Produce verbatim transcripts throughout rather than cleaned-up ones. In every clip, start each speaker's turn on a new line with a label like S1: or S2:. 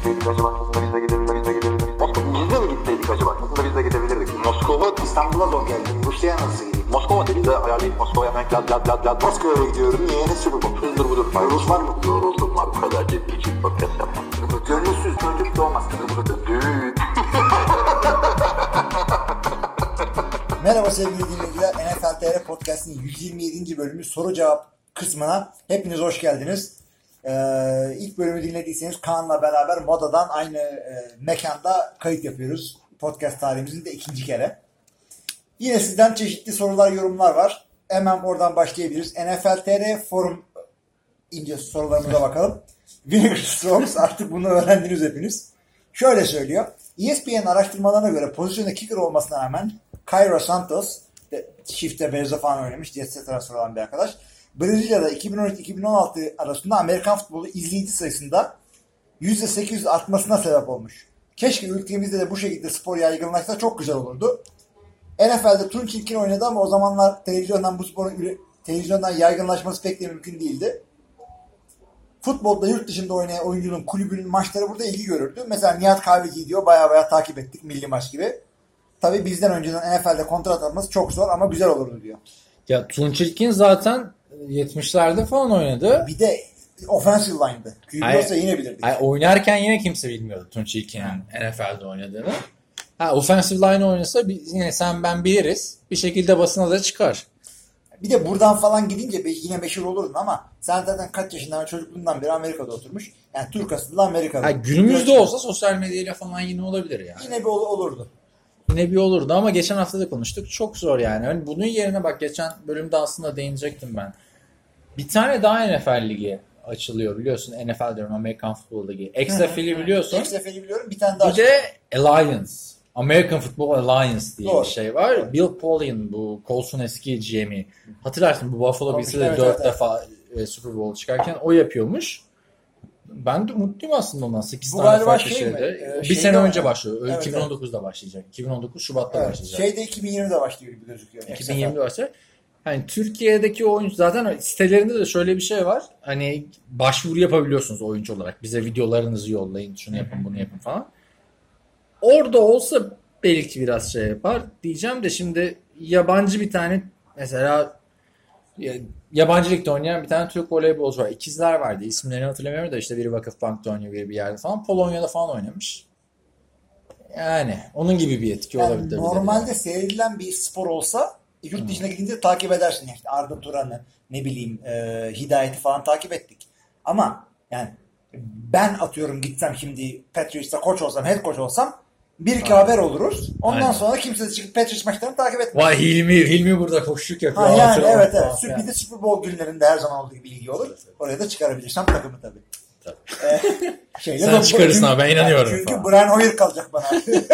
S1: gitseydik acaba? Aslında biz de gidebilirdik. Biz de gidebilirdik. Biz de mi gitseydik acaba? Aslında biz de gidebilirdik. Moskova, İstanbul'a zor geldim. Rusya'ya nasıl gideyim? Moskova dedi de ayarlayıp Moskova'ya hemen lad lad lad lad. Moskova'ya gidiyorum. Niye? Ne sürü bu? Hızdır budur. Rus var mı? Yoruldum var. Bu kadar ciddi için podcast yapmam. Gönülsüz çocuk doğmaz. Düğün.
S2: Merhaba sevgili dinleyiciler. N F L T R Podcast'ın yüz yirmi yedinci bölümü soru cevap kısmına hepiniz hoş geldiniz. Ee, ilk bölümü dinlediyseniz Kaan'la beraber Moda'dan aynı e, mekanda kayıt yapıyoruz. Podcast tarihimizin de ikinci kere. Yine sizden çeşitli sorular, yorumlar var. Hemen oradan başlayabiliriz. N F L T R forum ince sorularımıza bakalım. Vinegar Strokes, artık bunu öğrendiniz hepiniz. Şöyle söylüyor. E S P N'in araştırmalarına göre pozisyonda kicker olmasına rağmen Cairo Santos, çifte Bears'da falan oynamış, Jets'e transfer olan bir arkadaş, Brezilya'da iki bin on üç iki bin on altı arasında Amerikan futbolu izleyici sayısında yüzde sekiz yüz artmasına sebep olmuş. Keşke ülkemizde de bu şekilde spor yaygınlaşsa çok güzel olurdu. N F L'de Tunç İlkin oynadı ama o zamanlar televizyondan bu sporun televizyondan yaygınlaşması pek de mümkün değildi. Futbolda yurt dışında oynayan oyuncunun kulübünün maçları burada ilgi görürdü. Mesela Nihat Kahveci diyor, baya baya takip ettik milli maç gibi. Tabii bizden önceden N F L'de kontrat alması çok zor ama güzel olurdu diyor.
S3: Ya Tunç İlkin zaten yetmişlerde falan oynadı.
S2: Bir de offensive line'dı. Q B olsa yine bilirdik.
S3: Hayır, oynarken yine kimse bilmiyordu Tunç İlkin'in N F L'de oynadığını. Ha, offensive line oynasa yine sen ben biliriz. Bir şekilde basına da çıkar.
S2: Bir de buradan falan gidince yine meşhur olurdun ama sen zaten kaç yaşından, çocukluğundan beri Amerika'da oturmuş. Yani Türk asıllı Amerika'da.
S3: Ha, günümüzde Göç olsa sosyal medyayla falan yine olabilir yani.
S2: Yine bir ol- olurdu.
S3: Yine bir olurdu ama geçen hafta da konuştuk. Çok zor yani. yani. Bunun yerine bak geçen bölümde aslında değinecektim ben. Bir tane daha N F L ligi açılıyor biliyorsun. N F L diyorum, Amerikan Futbol Ligi. X F L'i biliyorsun.
S2: X F L'i biliyorum. Bir tane daha.
S3: Bir de Alliance. American Football Alliance diye
S2: Doğru.
S3: bir şey var. Doğru. Bill Polian, bu Colts'un eski G M'i. Hatırlarsın bu Buffalo Bills'e de
S2: evet,
S3: dört
S2: evet,
S3: defa evet. Super Bowl çıkarken o yapıyormuş. Ben de mutluyum aslında ondan. sekiz
S2: bu
S3: tane farklı
S2: şey
S3: şeyde.
S2: Ee,
S3: bir sene önce başlıyor.
S2: Evet,
S3: iki bin on dokuzda evet. başlayacak. iki bin on dokuz Şubat'ta evet, başlayacak.
S2: Şeyde iki bin yirmide başlıyor gibi gözüküyor.
S3: iki bin yirmide başlayacak. Yani Türkiye'deki oyuncu zaten sitelerinde de şöyle bir şey var. Hani başvuru yapabiliyorsunuz oyuncu olarak. Bize videolarınızı yollayın, şunu yapın, bunu yapın falan. Orada olsa belki biraz şey yapar diyeceğim de şimdi yabancı bir tane mesela yabancı ligde oynayan bir tane Türk voleybolcu var. İkizler vardı. İsimlerini hatırlamıyorum da işte biri Vakıfbank'ta oynuyor, biri bir yerde falan. Polonya'da falan oynamış. Yani onun gibi bir etki yani olabilir.
S2: Normalde yani. Seyredilen bir spor olsa yurt dışına gidince takip edersin. İşte Arda Turan'ı, ne bileyim e, Hidayet'i falan takip ettik. Ama yani ben atıyorum gitsem şimdi Patriots'ta koç olsam, head coach olsam bir iki haber oluruz. Ondan Aynen. sonra kimse de çıkıp Patriots maçlarını takip etmez.
S3: Vay Hilmi, Hilmi burada koşuk yapıyor.
S2: Ha, yani evet evet. Yani. Bir de Super Bowl günlerinde her zaman olduğu gibi bilgi olur. Oraya da çıkarabilirsem takımı tabii.
S3: Tabii.
S2: Ee,
S3: Sen çıkarırsın abi, ben inanıyorum.
S2: Yani çünkü falan. Brian Hoyer kalacak bana.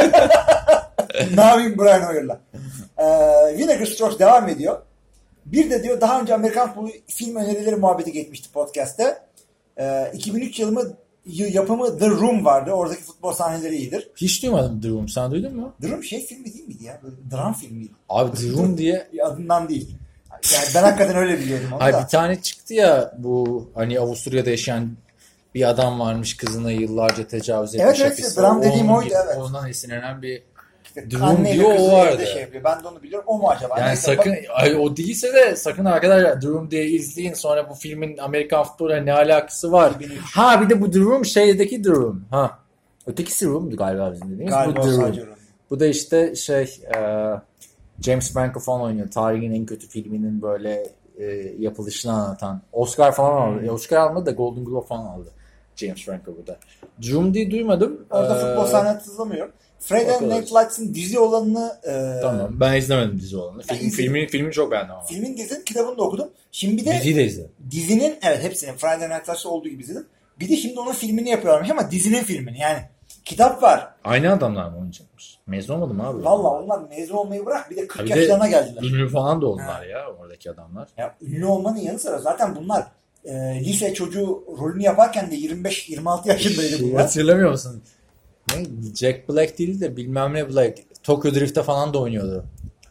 S2: Ne yapayım Brian Hoyer'la? Ee, Vinegar Strokes devam ediyor. Bir de diyor daha önce Amerikan futbolu film önerileri muhabbeti geçmişti podcast'te. Ee, iki bin üç yılımı yapımı The Room vardı. Oradaki futbol sahneleri iyidir.
S3: Hiç duymadım The Room. Sen duydun mu?
S2: The Room şey filmi değil miydi ya? Böyle dram filmiydi.
S3: Abi The Room diye.
S2: Adından değil. Yani ben hakikaten öyle biliyorum onu
S3: Hayır,
S2: da.
S3: bir tane çıktı ya bu hani Avusturya'da yaşayan bir adam varmış, kızına yıllarca tecavüz etmiş.
S2: Evet evet. Dram dediğim oydu
S3: gibi,
S2: evet.
S3: Ondan esinlenen bir
S2: işte
S3: The Room diyor o vardı.
S2: Şey yapıyor. Ben de onu biliyorum. O mu acaba?
S3: Yani
S2: Neyse,
S3: sakın
S2: bak...
S3: ay, o değilse de sakın arkadaşlar The Room diye izleyin, sonra bu filmin Amerikan futboluyla ne alakası var? Ha bir de bu The Room şeydeki The Room. Ha. Ötekisi Room'du galiba bizim dediğimiz.
S2: Galiba
S3: bu The Room.
S2: Room.
S3: Bu da işte şey e, James Franco falan oynuyor. Tarihin en kötü filminin böyle e, yapılışını anlatan. Oscar falan aldı. Hmm. Oscar almadı da Golden Globe falan aldı. James Franco burada. The Room diye duymadım.
S2: Orada
S3: ee,
S2: futbol sahnesi izlemiyorum. Friday Night Lights'ın dizi olanını e...
S3: tamam. Ben izlemedim dizi olanını. Film, filmin filmini çok beğendim ama.
S2: Filmin dizinin kitabını da okudum. Şimdi bir de
S3: diziyi de izledim.
S2: Dizinin evet hepsinin Friday Night Lights'ta olduğu gibi izledim. Bir de şimdi onun filmini yapıyorlarmış ama dizinin filmini yani. Kitap var.
S3: Aynı adamlar mı oynayacakmış? Mezun olmadı mı abi?
S2: Valla onlar mezun olmayı bırak bir de kırk
S3: ha, bir
S2: yaşlarına
S3: de
S2: geldiler.
S3: Ünlü falan da oldular ya oradaki adamlar.
S2: Ya ünlü olmanın yanı sıra zaten bunlar e, lise çocuğu rolünü yaparken de yirmi beş yirmi altı yaşındaydı
S3: şey,
S2: bunlar.
S3: Hatırlamıyor musun? Ne? Jack Black değil de bilmem ne Black. Tokyo Drift'te falan da oynuyordu.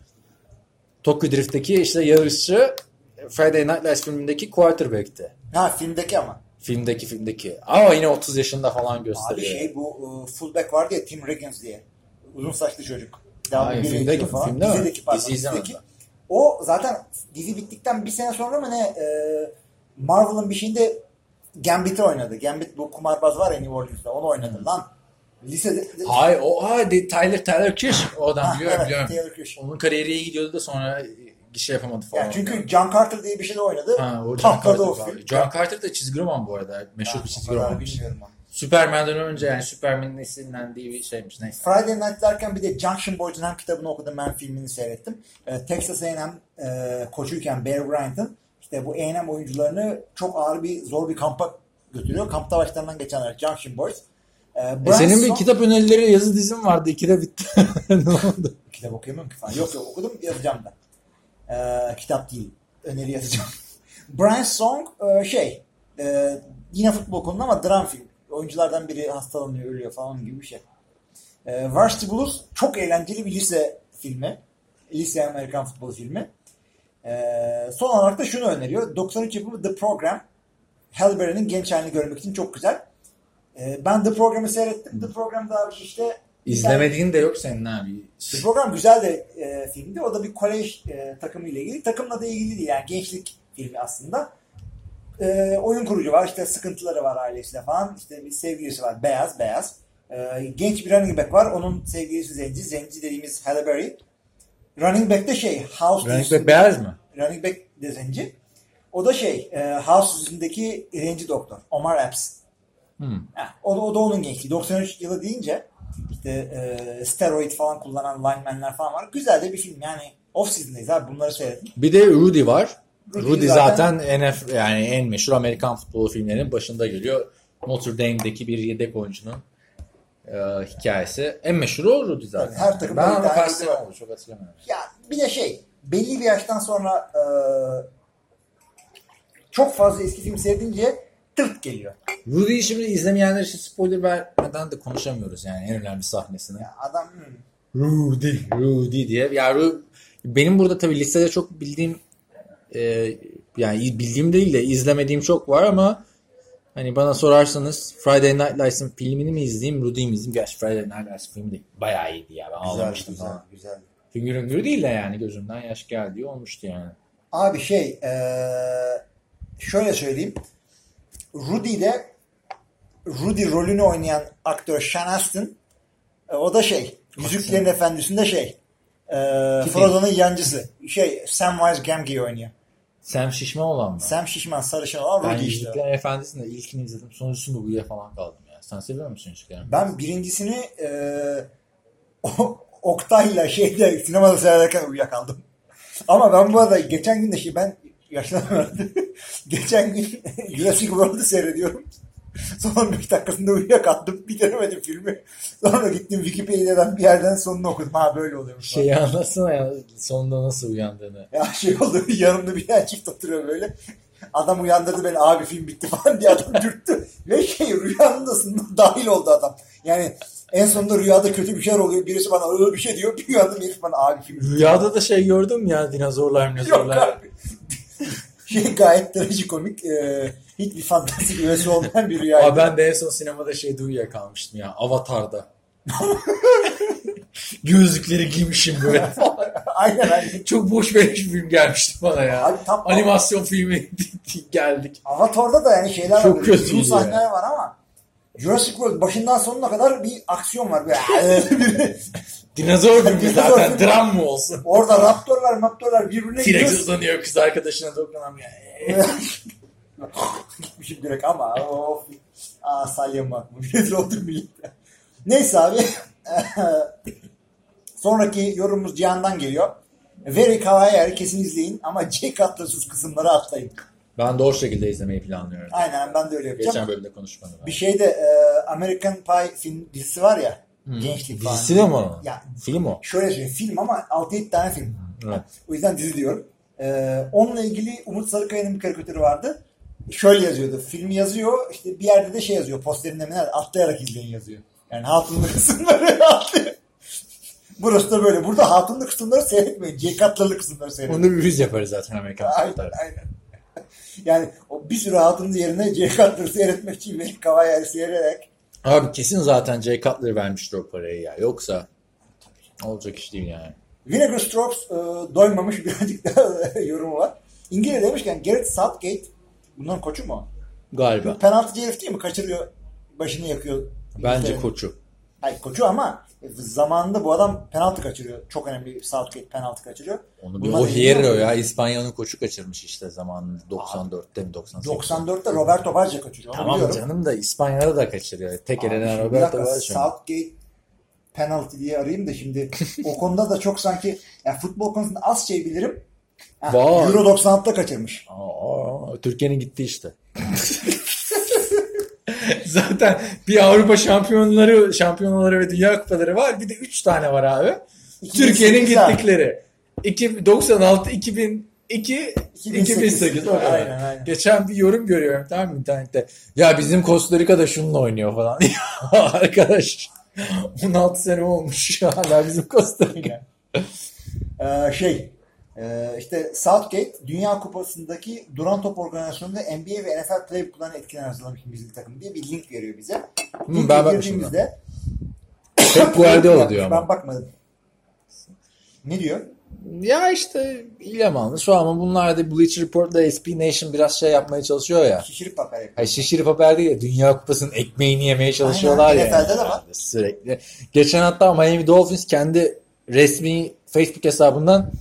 S3: Tokyo Drift'teki işte yarışçı Friday Night Lights filmindeki quarterback'ti.
S2: Ha filmdeki ama.
S3: Filmdeki filmdeki. Ama yine otuz yaşında falan
S2: Abi
S3: gösteriyor.
S2: şey bu e, fullback vardı ya Tim Riggins diye. Uzun saçlı çocuk. Devamlı
S3: Hayır,
S2: biri
S3: filmdeki
S2: geçiyor falan.
S3: filmde mi?
S2: Dizideki pardon.
S3: Dizi izlemedim
S2: Dizideki. O zaten dizi bittikten bir sene sonra mı ne e, Marvel'ın bir şeyinde Gambit'i oynadı. Gambit bu kumarbaz var ya New Orleans'ta. Onu oynadı
S3: Hmm.
S2: lan. Lisede...
S3: Hayır o hayır, Tyler Tyler Kish o adam
S2: Ha,
S3: biliyorum
S2: evet,
S3: biliyorum.
S2: Taylor Kish.
S3: Onun kariyeri iyi gidiyordu da sonra gişe yapamadı falan.
S2: Yani çünkü John Carter diye bir şey de oynadı.
S3: Ha, o John
S2: Patladı o
S3: Carter.
S2: film.
S3: John Carter da çizgi roman bu arada. Meşhur
S2: Ha,
S3: bir
S2: o
S3: çizgi
S2: kadar
S3: romanmış.
S2: bilmiyorum ama.
S3: Superman'den önce yani Superman'in esinlendiği bir şeymiş neyse.
S2: Friday Night derken bir de Junction Boys'un hem kitabını okudum hem filmini seyrettim. Ee, Texas A and M e, koçuyken Bear Bryant'ın işte bu A and M oyuncularını çok ağır bir zor bir kampa götürüyor. Kampta başlarından geçenler Junction Boys. Ee,
S3: E senin bir
S2: Branson-
S3: kitap önerileri yazı dizin vardı. İkide bitti. Ne oldu?
S2: Kitap okuyamıyorum ki falan. Yok yok okudum yazacağım da. Ee, kitap değil. Öneri yazacağım. Brian Song e, şey e, yine futbol konu ama dram film. Oyunculardan biri hastalanıyor, ölüyor falan gibi bir şey. E, Varsity Blues çok eğlenceli bir lise filmi. Lise Amerikan futbol filmi. E, son olarak da şunu öneriyor. doksan üç yapımı The Program. Halle Berry'nin genç halini görmek için çok güzel. E, ben The Program'ı seyrettim. The Program'da abi işte
S3: İzlemediğin de yok senin abi.
S2: The Program güzel de e, filmdi. O da bir kolej e, takımıyla ilgili. Takımla da ilgili değil yani gençlik filmi aslında. E, oyun kurucu var. İşte sıkıntıları var ailesiyle falan. İşte bir sevgilisi var. Beyaz beyaz. E, genç bir running back var. Onun sevgilisi Zenci. Zenci dediğimiz Halle Berry. Running back de şey House
S3: Running
S2: dizisinde-
S3: back beyaz mı?
S2: Running back de Zenci. O da şey e, House dizisindeki Zenci doktor. Omar Epps.
S3: Hmm.
S2: Heh, o, da, o da onun gençliği. doksan üç yılı deyince işte e, steroid falan kullanan linemenler falan var. Güzel de bir film yani. Off season'dayız abi bunları seyredin.
S3: Bir de Rudy var.
S2: Rudy
S3: Rudy,
S2: zaten-
S3: zaten, N F yani en meşhur Amerikan futbolu filmlerinin başında geliyor. Notre Dame'deki bir yedek oyuncunun e, hikayesi. En meşhuru o Rudy zaten.
S2: Her takımda
S3: ben
S2: bir
S3: ama
S2: tane
S3: kaç
S2: Rudy
S3: sene
S2: var.
S3: oldu çok hatırlamıyorum.
S2: Ya bir de şey belli bir yaştan sonra e, çok fazla eski film seyredince tırt geliyor.
S3: Rudy'yi şimdi izlemeyenler için spoiler vermeden de konuşamıyoruz yani en önemli sahnesini.
S2: Ya adam hmm,
S3: Rudy, Rudy diye. Ya Ru- benim burada tabii listede çok bildiğim e, yani bildiğim değil de izlemediğim çok var ama hani bana sorarsanız Friday Night Lights'ın filmini mi izleyeyim, Rudy'yi mi izleyeyim? Gerçi Friday Night Lights filmi de bayağı iyiydi ya. Ben
S2: güzel
S3: ağlamıştım
S2: güzel
S3: falan.
S2: güzel.
S3: Hüngür hüngür değil de yani gözümden yaş geldiği olmuştu yani.
S2: Abi şey e, şöyle söyleyeyim. Rudy'de Rudy rolünü oynayan aktör Sean Astin e, o da şey Yüzüklerin Efendisi'nde şey e, Frodo'nun yancısı. Şey Samwise Gamgee oynuyor.
S3: Sam Şişman olan mı?
S2: Sam şişman sarışın olan
S3: Ben
S2: Rudy işte.
S3: Yüzüklerin Efendisi'nde ilkini izledim. Sonuncusunda uyuya falan kaldım ya. Sen seviyor musun Yüzüklerin?
S2: Ben birincisini e, o- Oktay'la şeyde sinemada seyrederken uyuyakaldım. Ama ben bu arada geçen gün de şey ben yaşlanamadım. Geçen gün Jurassic World'u seyrediyorum. Son on beş dakikasında uyuyakaldım. Bitiremedim filmi. Sonra gittim Wikipedia'dan bir yerden sonunu okudum. Ha böyle oluyormuş.
S3: Şeyi anlatsana ya sonunda nasıl uyandığını.
S2: Ya şey oldu yanımda bir tane çift oturuyor böyle. Adam uyandırdı beni abi film bitti falan diye adam dürttü. Ve şey rüyamdasın dahil oldu adam. Yani en sonunda rüyada kötü bir şeyler oluyor. Birisi bana öyle bir şey diyor. Bir uyandım herif bana abi film bitti.
S3: Rüyada da şey gördüm ya dinozorlar
S2: Yok
S3: dinozorlar.
S2: abi. Şey gayet trajikomik. E, hiçbir fantastik üyesi olmayan bir rüyaydı.
S3: Abi ben de en son sinemada şeyde uyuyakalmıştım ya. Avatar'da. Gözlükleri giymişim böyle falan.
S2: Aynen aynen.
S3: Çok boş bir film gelmişti bana ya.
S2: Abi tam-
S3: Animasyon filmi geldik.
S2: Avatar'da da yani şeyler
S3: Çok
S2: var.
S3: kötüydü
S2: Uzun
S3: ya.
S2: sahneler var ama Jurassic World başından sonuna kadar bir aksiyon var. Böyle
S3: Dinozor filmi
S2: Dinozor
S3: zaten
S2: filmi.
S3: dram mı olsun?
S2: orada raptorlar raptorlar birbirine
S3: T-Rex
S2: gidiyor.
S3: uzanıyor kız arkadaşına dokunamıyor.
S2: Gitmişim direkt ama of. Aa salyam bakmış. Rezil oldum birlikte. Neyse abi. Sonraki yorumumuz Cihan'dan geliyor. Very Kawaii kesin izleyin ama Jake Atlas'ız kısımları atlayın.
S3: Ben doğru şekilde izlemeyi planlıyorum.
S2: Aynen ben de öyle yapacağım.
S3: Geçen bölümde konuşmadım.
S2: Bir şeyde e, American Pie film dizisi var ya. Gençlik falan.
S3: Dizisi de mi o?
S2: Ya
S3: Film o.
S2: şöyle söyleyeyim film ama altı yedi tane film.
S3: Evet.
S2: O yüzden dizi diyorum. Ee, onunla ilgili Umut Sarıkaya'nın bir karikatürü vardı. Şöyle yazıyordu. Filmi yazıyor. İşte bir yerde de şey yazıyor. Posterinde mi nerede? Atlayarak izleyin yazıyor. Yani hatunlu kısımları atlıyor. Burası da böyle. Burada hatunlu kısımları seyretmeyin. Cekatlarlı kısımları seyredin.
S3: Onu bir yüz yaparız zaten Amerikan
S2: Aynen
S3: futbolları.
S2: aynen. Yani o bir sürü altının yerine Jay Cutler'ı seyretmek için beni Kavai'yi seyrederek.
S3: Abi kesin zaten Jay Cutler vermiştir o parayı ya. Yoksa olacak iş değil yani.
S2: Vinegar Strokes e, doymamış birazcık daha yorumu var. İngiliz demişken Gareth Southgate bunların koçu mu?
S3: Galiba.
S2: Penaltıcı herif değil mi? Kaçırıyor, başını yakıyor.
S3: Bence
S2: İngiltere'nin.
S3: koçu.
S2: Hayır koçu ama zamanında bu adam penaltı kaçırıyor. Çok önemli bir Southgate penaltı kaçırıyor.
S3: Onu bir
S2: Bunlar
S3: o Hierro
S2: ilgili
S3: ya. İspanya'nın koçu kaçırmış işte zamanında. doksan dörtte mi doksan sekizde.
S2: doksan dörtte Roberto Baggio kaçırıyor. Onu
S3: Tamam
S2: biliyorum.
S3: canım da İspanya'da da kaçırıyor. Tek
S2: Abi
S3: elenen
S2: şimdi bir
S3: Roberto
S2: dakika,
S3: Baggio.
S2: Southgate penaltı diye arayayım da şimdi o konuda da çok sanki yani futbol konusunda az şey bilirim. Ha,
S3: Vay.
S2: Euro doksan altıda kaçırmış.
S3: Aa, Türkiye'nin gitti işte. Zaten bir Avrupa şampiyonları, şampiyonaları ve dünya kupaları var. Bir de üç tane var abi. Türkiye'nin gittikleri. iki- doksan altı, iki bin iki, iki bin sekiz. O kadar.
S2: Aynen, aynen.
S3: Geçen bir yorum görüyorum tamam mı internette. Ya bizim Costa Rica'da şununla oynuyor falan. Ya arkadaş on altı sene olmuş hala bizim Costa Rica.
S2: Ee, şey e, işte Southgate Dünya Kupası'ndaki duran top organizasyonunda N B A ve N F L playbook'larını etkilen hazırlamış milli takım diye bir link veriyor bize.
S3: Hı,
S2: Linke
S3: ben bakmışım
S2: girdiğimizde
S3: Pep Guardiola diyor ama.
S2: ben bakmadım. Ne diyor?
S3: Ya işte İlham almış şu ama bunlar da Bleacher Report'la S B Nation biraz şey yapmaya çalışıyor ya.
S2: Şişirip papel yapıyor.
S3: Hayır şişirip haber değil ya. Dünya Kupası'nın ekmeğini yemeye çalışıyorlar
S2: Aynen,
S3: ya.
S2: N F L'de de var.
S3: Sürekli. Geçen hatta Miami Dolphins kendi resmi Facebook hesabından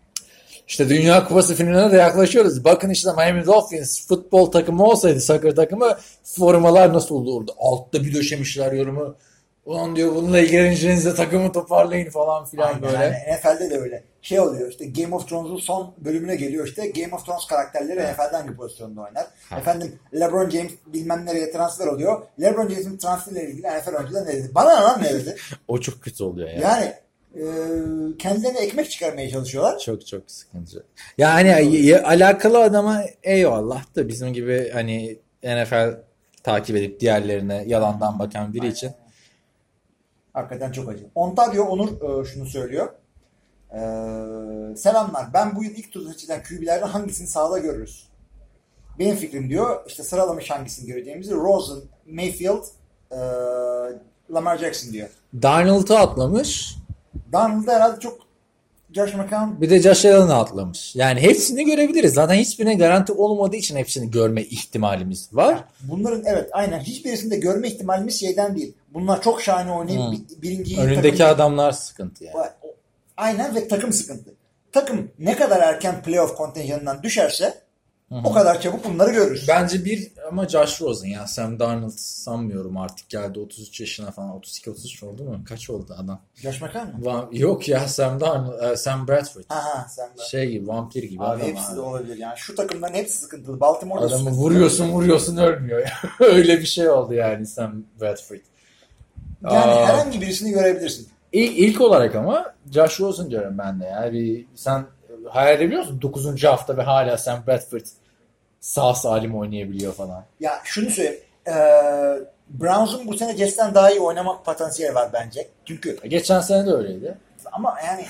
S3: işte Dünya Kupası finaline de yaklaşıyoruz. Bakın işte Miami Dolphins futbol takımı olsaydı soccer takımı formalar nasıl olurdu? Altta bir döşemişler yorumu. Ulan diyor bununla ilgileneceğinizde takımı toparlayın falan filan
S2: Aynen,
S3: böyle.
S2: aynen. N F L'de de öyle. Şey oluyor işte Game of Thrones'un son bölümüne geliyor işte Game of Thrones karakterleri N F L'de hangi pozisyonda oynar?
S3: Ha.
S2: Efendim LeBron James bilmem nereye transfer oluyor. LeBron James'in transferle ilgili N F L oyuncular ne dedi? Bana lan ne dedi?
S3: O çok kötü oluyor ya.
S2: Yani e, kendilerine ekmek çıkarmaya çalışıyorlar.
S3: Çok çok sıkıntı. Yani ya, ya- alakalı adama eyvallah da bizim gibi hani N F L takip edip diğerlerine yalandan bakan biri için.
S2: Hakikaten çok acı. Ontario Onur e, şunu söylüyor. E, selamlar. Ben bu yıl ilk turda seçilen Q B'lerden hangisini sahada görürüz? Benim fikrim diyor. İşte sıralamış hangisini göreceğimizi. Rosen, Mayfield, e, Lamar Jackson diyor.
S3: Darnold'u atlamış.
S2: Donald herhalde çok Josh McCown
S3: Bir de Josh Allen'ı atlamış. Yani hepsini görebiliriz. Zaten hiçbirine garanti olmadığı için hepsini görme ihtimalimiz var.
S2: bunların evet aynen hiçbirisinde görme ihtimalimiz şeyden değil. Bunlar çok şahane oynayıp
S3: Hmm.
S2: bir- birinciyi
S3: Önündeki
S2: takım-
S3: adamlar sıkıntı yani.
S2: Aynen ve takım sıkıntı. Takım ne kadar erken playoff kontenjanından düşerse o kadar çabuk bunları görürüz.
S3: Bence bir ama Josh Rosen ya. Sam Darnold sanmıyorum artık geldi otuz üç yaşına falan. otuz iki otuz üç oldu mu? Kaç oldu adam?
S2: Josh McCown mı?
S3: Va- Yok ya Sam Darnold, e, Sam Bradford.
S2: Ha ha sen de.
S3: Şey gibi vampir gibi
S2: Abi
S3: adam
S2: hepsi
S3: abi.
S2: de olabilir yani. Şu takımların hepsi sıkıntılı. Baltimore'da
S3: Adamı
S2: sıkıntılı.
S3: vuruyorsun vuruyorsun ölmüyor ya. Öyle bir şey oldu yani Sam Bradford.
S2: Yani
S3: Aa,
S2: herhangi birisini görebilirsin.
S3: ilk, ilk olarak ama Josh Rosen diyorum ben de yani. Bir, sen hayal edebiliyor musun? dokuzuncu hafta ve hala Sam Bradford sağ salim oynayabiliyor falan.
S2: Ya şunu söyleyeyim. Ee, Browns'un bu sene Jets'ten daha iyi oynamak potansiyeli var bence. Çünkü
S3: Geçen sene de öyleydi.
S2: ama yani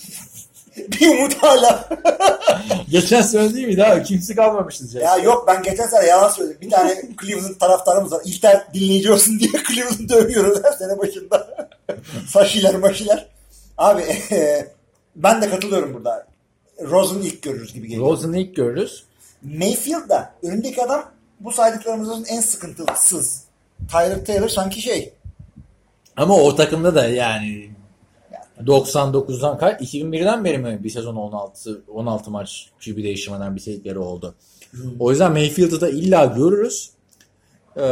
S2: bir umut hala.
S3: Geçen sene değil miydi abi? Kimse kalmamıştı Jets.
S2: Ya yok ben geçen sene yalan söyledim. Bir tane Cleveland taraftarımız var. İlter dinleyici olsun diye Cleveland'ı övüyoruz her sene başında. Saşiler maşiler. Abi e, ben de katılıyorum burada. Rosen'ı ilk görürüz gibi geliyor.
S3: Rosen'ı ilk görürüz.
S2: Mayfield da önündeki adam bu saydıklarımızın en sıkıntısız. Tyler Taylor sanki şey.
S3: Ama o takımda da yani doksan dokuzdan kaç? iki bin birden beri mi bir sezon on altı on altı maç Q B değiştirmeden bitirdikleri oldu. O yüzden Mayfield'ı da illa görürüz. Ee,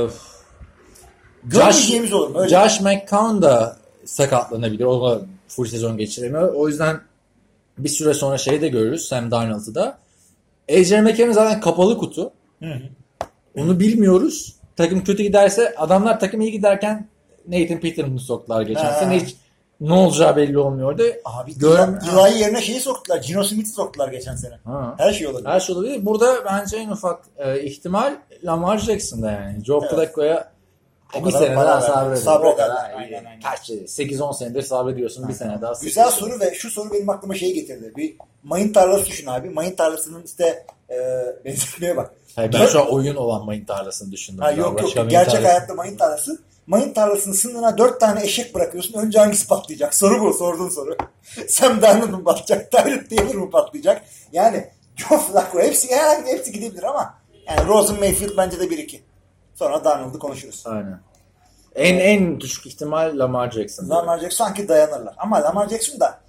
S2: Görmeyeceğimiz olur mu? Öyle.
S3: Josh McCown da sakatlanabilir. O da full sezon geçiremiyor. O yüzden bir süre sonra şeyi de görürüz. Sam Darnold'u da. A J McCarron zaten kapalı kutu.
S2: Hı hı.
S3: Onu bilmiyoruz. Takım kötü giderse adamlar takım iyi giderken Nathan Peterman'ı soktular geçen
S2: Ha.
S3: sene. Hiç ne olacağı belli olmuyordu.
S2: Abi
S3: Görm-
S2: Eli'yi yerine şeyi soktular. Gino Smith'i soktular geçen sene.
S3: Ha.
S2: Her şey olabilir.
S3: Her şey olabilir. Burada bence en ufak e, ihtimal Lamar Jackson'da yani. Joe
S2: Evet.
S3: Flacco'ya
S2: O
S3: bir
S2: kadar
S3: sene
S2: para
S3: daha
S2: vermek,
S3: sabreder.
S2: sabreder.
S3: O kadar.
S2: Aynen, aynen.
S3: Kaç? sekiz on senedir sabrediyorsun. Bir
S2: Aynen.
S3: sene daha.
S2: Güzel
S3: sekiz
S2: soru ve şu soru benim aklıma şeyi getirdi. Bir mayın tarlası düşün abi. Mayın tarlasının işte e, benzetmeye bak.
S3: Hayır, ben şu an oyun olan mayın tarlasını düşündüm.
S2: Ha,
S3: Daha
S2: yok
S3: başka
S2: yok.
S3: mayın
S2: Gerçek
S3: tarlası.
S2: hayatta mayın tarlası. Mayın tarlasının sınırına dört tane eşek bırakıyorsun. Önce hangisi patlayacak? Soru bu. Sorduğun soru. Sam Darnold mu patlayacak? Tyrod Taylor mu patlayacak? Yani Joe Flacco. Hepsi, herhangi hepsi gidebilir ama yani Rosen Mayfield bence de bir iki. Sonra Darnold'u konuşuruz.
S3: Aynen. En en düşük ihtimal Lamar Jackson.
S2: Lamar Jackson sanki dayanırlar. Ama Lamar Jackson da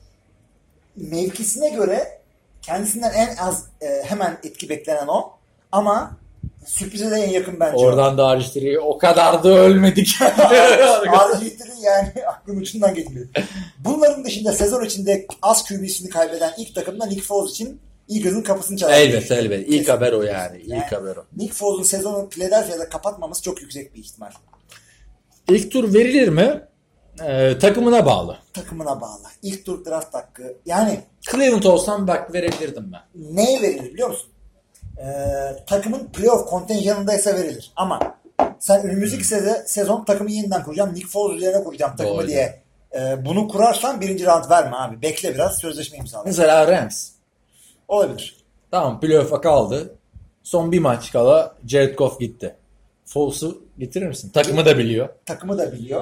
S2: mevkisine göre kendisinden en az e, hemen etki beklenen o. Ama sürprize de en yakın bence.
S3: Oradan da Aristiri'yi o kadar da ölmedik.
S2: Arjit'in yani aklın ucundan geçmiyor. Bunların dışında sezon içinde az Q B'sini kaybeden ilk takımda Nick Foles için Eagles'ın kapısını çalar.
S3: Elbet elbet. İlk haber o yani. İlk
S2: Yani
S3: haber o.
S2: Nick Foles'un sezonu Philadelphia'da kapatmaması çok yüksek bir ihtimal.
S3: İlk tur verilir mi? Ee, takımına bağlı.
S2: Takımına bağlı. İlk tur draft hakkı. Yani
S3: Cleveland olsam bak verebilirdim ben.
S2: neye verilir biliyor musun? Ee, takımın playoff kontenjanındaysa verilir. Ama sen önümüzdeki seze, sezon takımı yeniden kuracağım. Nick Foles üzerine kuracağım takımı
S3: Doğru.
S2: diye. E, bunu kurarsan birinci round verme abi. Bekle biraz sözleşme imzala.
S3: Mesela Rams.
S2: Olabilir.
S3: Tamam playoff'a kaldı. Son bir maç kala Jared Goff gitti. Foles'u getirir misin? Takımı da biliyor.
S2: Takımı da biliyor.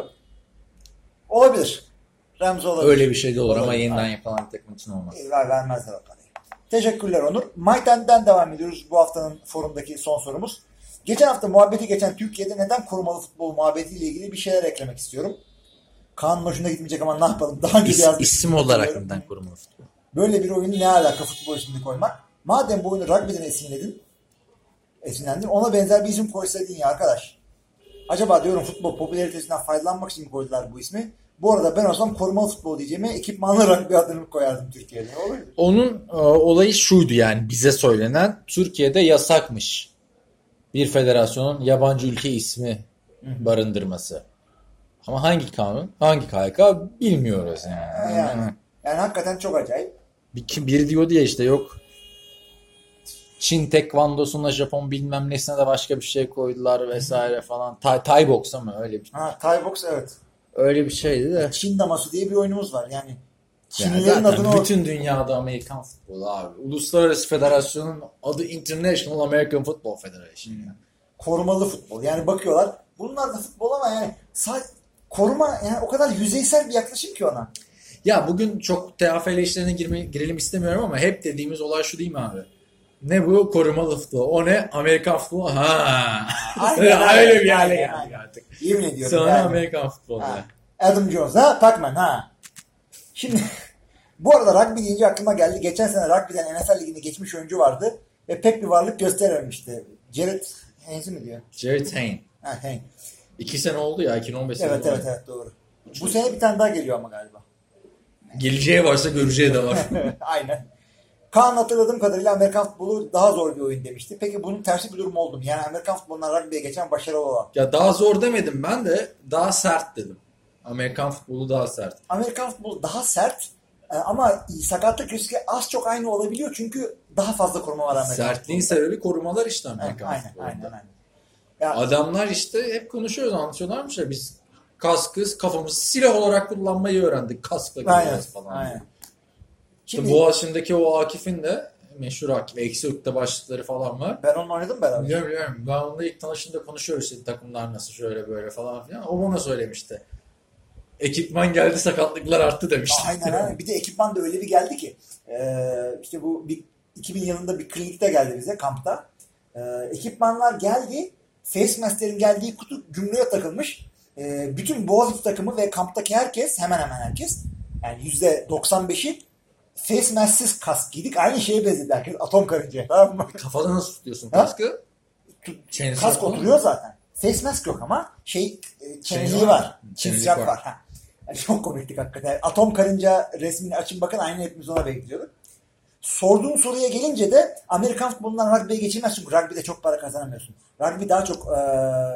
S2: Olabilir. Ramsey olabilir.
S3: Öyle bir şey de olur ama
S2: Olabilir.
S3: yeniden
S2: Aynen.
S3: yapılan bir takım için olmaz.
S2: E, ver, vermezler o parayı. Teşekkürler Onur. Mayten'den devam ediyoruz. Bu haftanın forumdaki son sorumuz. Geçen hafta muhabbeti geçen Türkiye'de neden korumalı futbol muhabbetiyle ilgili bir şeyler eklemek istiyorum. Kaan'ın hoşuna gitmeyecek ama ne yapalım? Daha önce
S3: İs,
S2: yazdık.
S3: isim olarak neden korumalı futbol?
S2: Böyle bir oyunu ne alaka futbol ismini koymak? Madem bu oyunu rugby'den esinledin, esinlendin, ona benzer bir isim koysaydın ya arkadaş. Acaba diyorum futbol popülaritesinden faydalanmak için mi koydular bu ismi? Bu arada ben olsam korumalı futbol diyeceğime ekipmanlı rugby adını koyardım Türkiye'de. Ne olur?
S3: Onun e, olayı şuydu yani bize söylenen Türkiye'de yasakmış. Bir federasyonun yabancı ülke ismi barındırması. Ama hangi kanun, hangi K H K bilmiyoruz yani.
S2: Yani, yani hakikaten çok acayip.
S3: Bir, kim- biri diyordu ya işte yok Çin tekvandosuna Japon bilmem nesine de başka bir şey koydular vesaire falan. Thai, Thai box'a mı öyle bir
S2: Ha, Thai box evet.
S3: öyle bir şeydi de.
S2: Çin daması diye bir oyunumuz var. Yani
S3: Yani
S2: Çinlilerin
S3: zaten
S2: adını o-
S3: bütün dünyada Amerikan futbolu abi. Uluslararası federasyonun adı International American Football Federation. Yani.
S2: korumalı futbol. Yani bakıyorlar. Bunlar da futbol ama yani sa- koruma yani o kadar yüzeysel bir yaklaşım ki ona.
S3: Ya bugün çok T A F L işlerine girme, girelim istemiyorum ama hep dediğimiz olay şu değil mi abi? Ne bu? Korumalı futbol. O ne? Amerikan futbolu. Ha.
S2: Aynen,
S3: Öyle bir
S2: aynen,
S3: hale geldik
S2: aynen.
S3: artık.
S2: Yemin ediyorum
S3: Sonra
S2: yani.
S3: Amerikan futbolu.
S2: Ha. Adam Jones ha Pac-Man ha. Şimdi bu arada rugby deyince aklıma geldi. Geçen sene rugby'den N F L ligine geçmiş oyuncu vardı ve pek bir varlık gösterememişti. Jared Haynes mi diyor?
S3: Jared Hayne.
S2: Ha, Haynes.
S3: İki sene oldu ya. iki bin on beş
S2: Evet
S3: sene
S2: evet evet doğru. Bu sene bir tane daha geliyor ama galiba.
S3: Geleceği varsa göreceği de var.
S2: Aynen. Kaan hatırladığım kadarıyla Amerikan futbolu daha zor bir oyun demişti. Peki bunun tersi bir durum oldu mu? Yani Amerikan futbolundan rugby'ye geçen başarılı olan.
S3: Ya daha zor demedim ben de daha sert dedim. Amerikan futbolu daha sert.
S2: Amerikan futbolu daha sert e, ama sakatlık riski az çok aynı olabiliyor çünkü daha fazla koruma var Amerikan
S3: Sertliğin sebebi korumalar işte Amerikan
S2: Aynen
S3: futbolunda.
S2: aynen aynen. Ya,
S3: Adamlar işte hep konuşuyoruz anlatıyorlarmış ya biz kaskız kafamızı silah olarak kullanmayı öğrendik. Kaskla
S2: aynen,
S3: gidiyoruz falan.
S2: aynen.
S3: İşte
S2: Şimdi
S3: Boğaziçi'ndeki o Akif'in de meşhur Akif. Eksi ökte başlıkları falan var.
S2: ben onunla oynadım beraber.
S3: Biliyorum biliyorum. Ben onunla ilk tanıştığımda konuşuyoruz işte takımlar nasıl şöyle böyle falan filan. O bana söylemişti. Ekipman geldi sakatlıklar arttı demişti.
S2: Aynen aynen. Bir de ekipman da öyle bir geldi ki e, işte bu bir, iki bin yılında bir klinikte geldi bize kampta. E, ekipmanlar geldi. Face mask'lerin geldiği kutu gümrüğe takılmış. E, bütün Boğaziçi takımı ve kamptaki herkes hemen hemen herkes yani yüzde doksan beşi face mask'siz kask giydik. Aynı şeye benzedi herkes. Atom karınca. Tamam mı?
S3: Kafada nasıl tutuyorsun
S2: Ha?
S3: kaskı? Çenesi
S2: Kask
S3: falan
S2: oturuyor
S3: mı?
S2: zaten. Face mask yok ama şey e, çeneliği
S3: var.
S2: var.
S3: Çenelik
S2: Çinsiyat
S3: var.
S2: var. Ha. Yani çok komiktik hakikaten. Atom karınca resmini açın bakın aynı hepimiz ona bekliyorduk. Sorduğun soruya gelince de Amerikan futbolundan rugby'ye geçilmez çünkü rugby'de çok para kazanamıyorsun. Rugby daha çok e,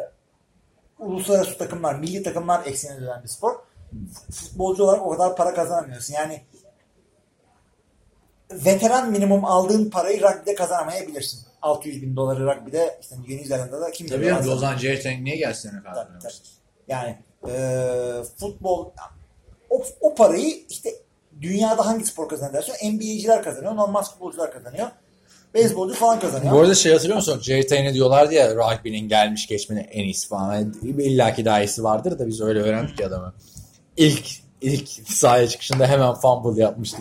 S2: uluslararası takımlar, milli takımlar eksenine dönen bir spor. Futbolcu olarak o kadar para kazanamıyorsun. Yani veteran minimum aldığın parayı rugby'de kazanamayabilirsin. altı yüz bin doları rugby'de işte Yeni Zelanda'da kim
S3: Tabii
S2: bilir?
S3: ya Lozan Jayten niye gelsin N F L'de?
S2: Tabii, tabii. Yani e, futbol o, o parayı işte dünyada hangi spor kazanır dersen N B A'ciler kazanıyor, normal futbolcular kazanıyor. Beyzbolcu falan kazanıyor.
S3: Bu arada şey hatırlıyor musun? Jayten'e diyorlardı ya rugby'nin gelmiş geçmenin en iyisi falan. Yani İlla ki daha iyisi vardır da biz öyle öğrendik ya adamı. İlk ilk sahaya çıkışında hemen fumble yapmıştı.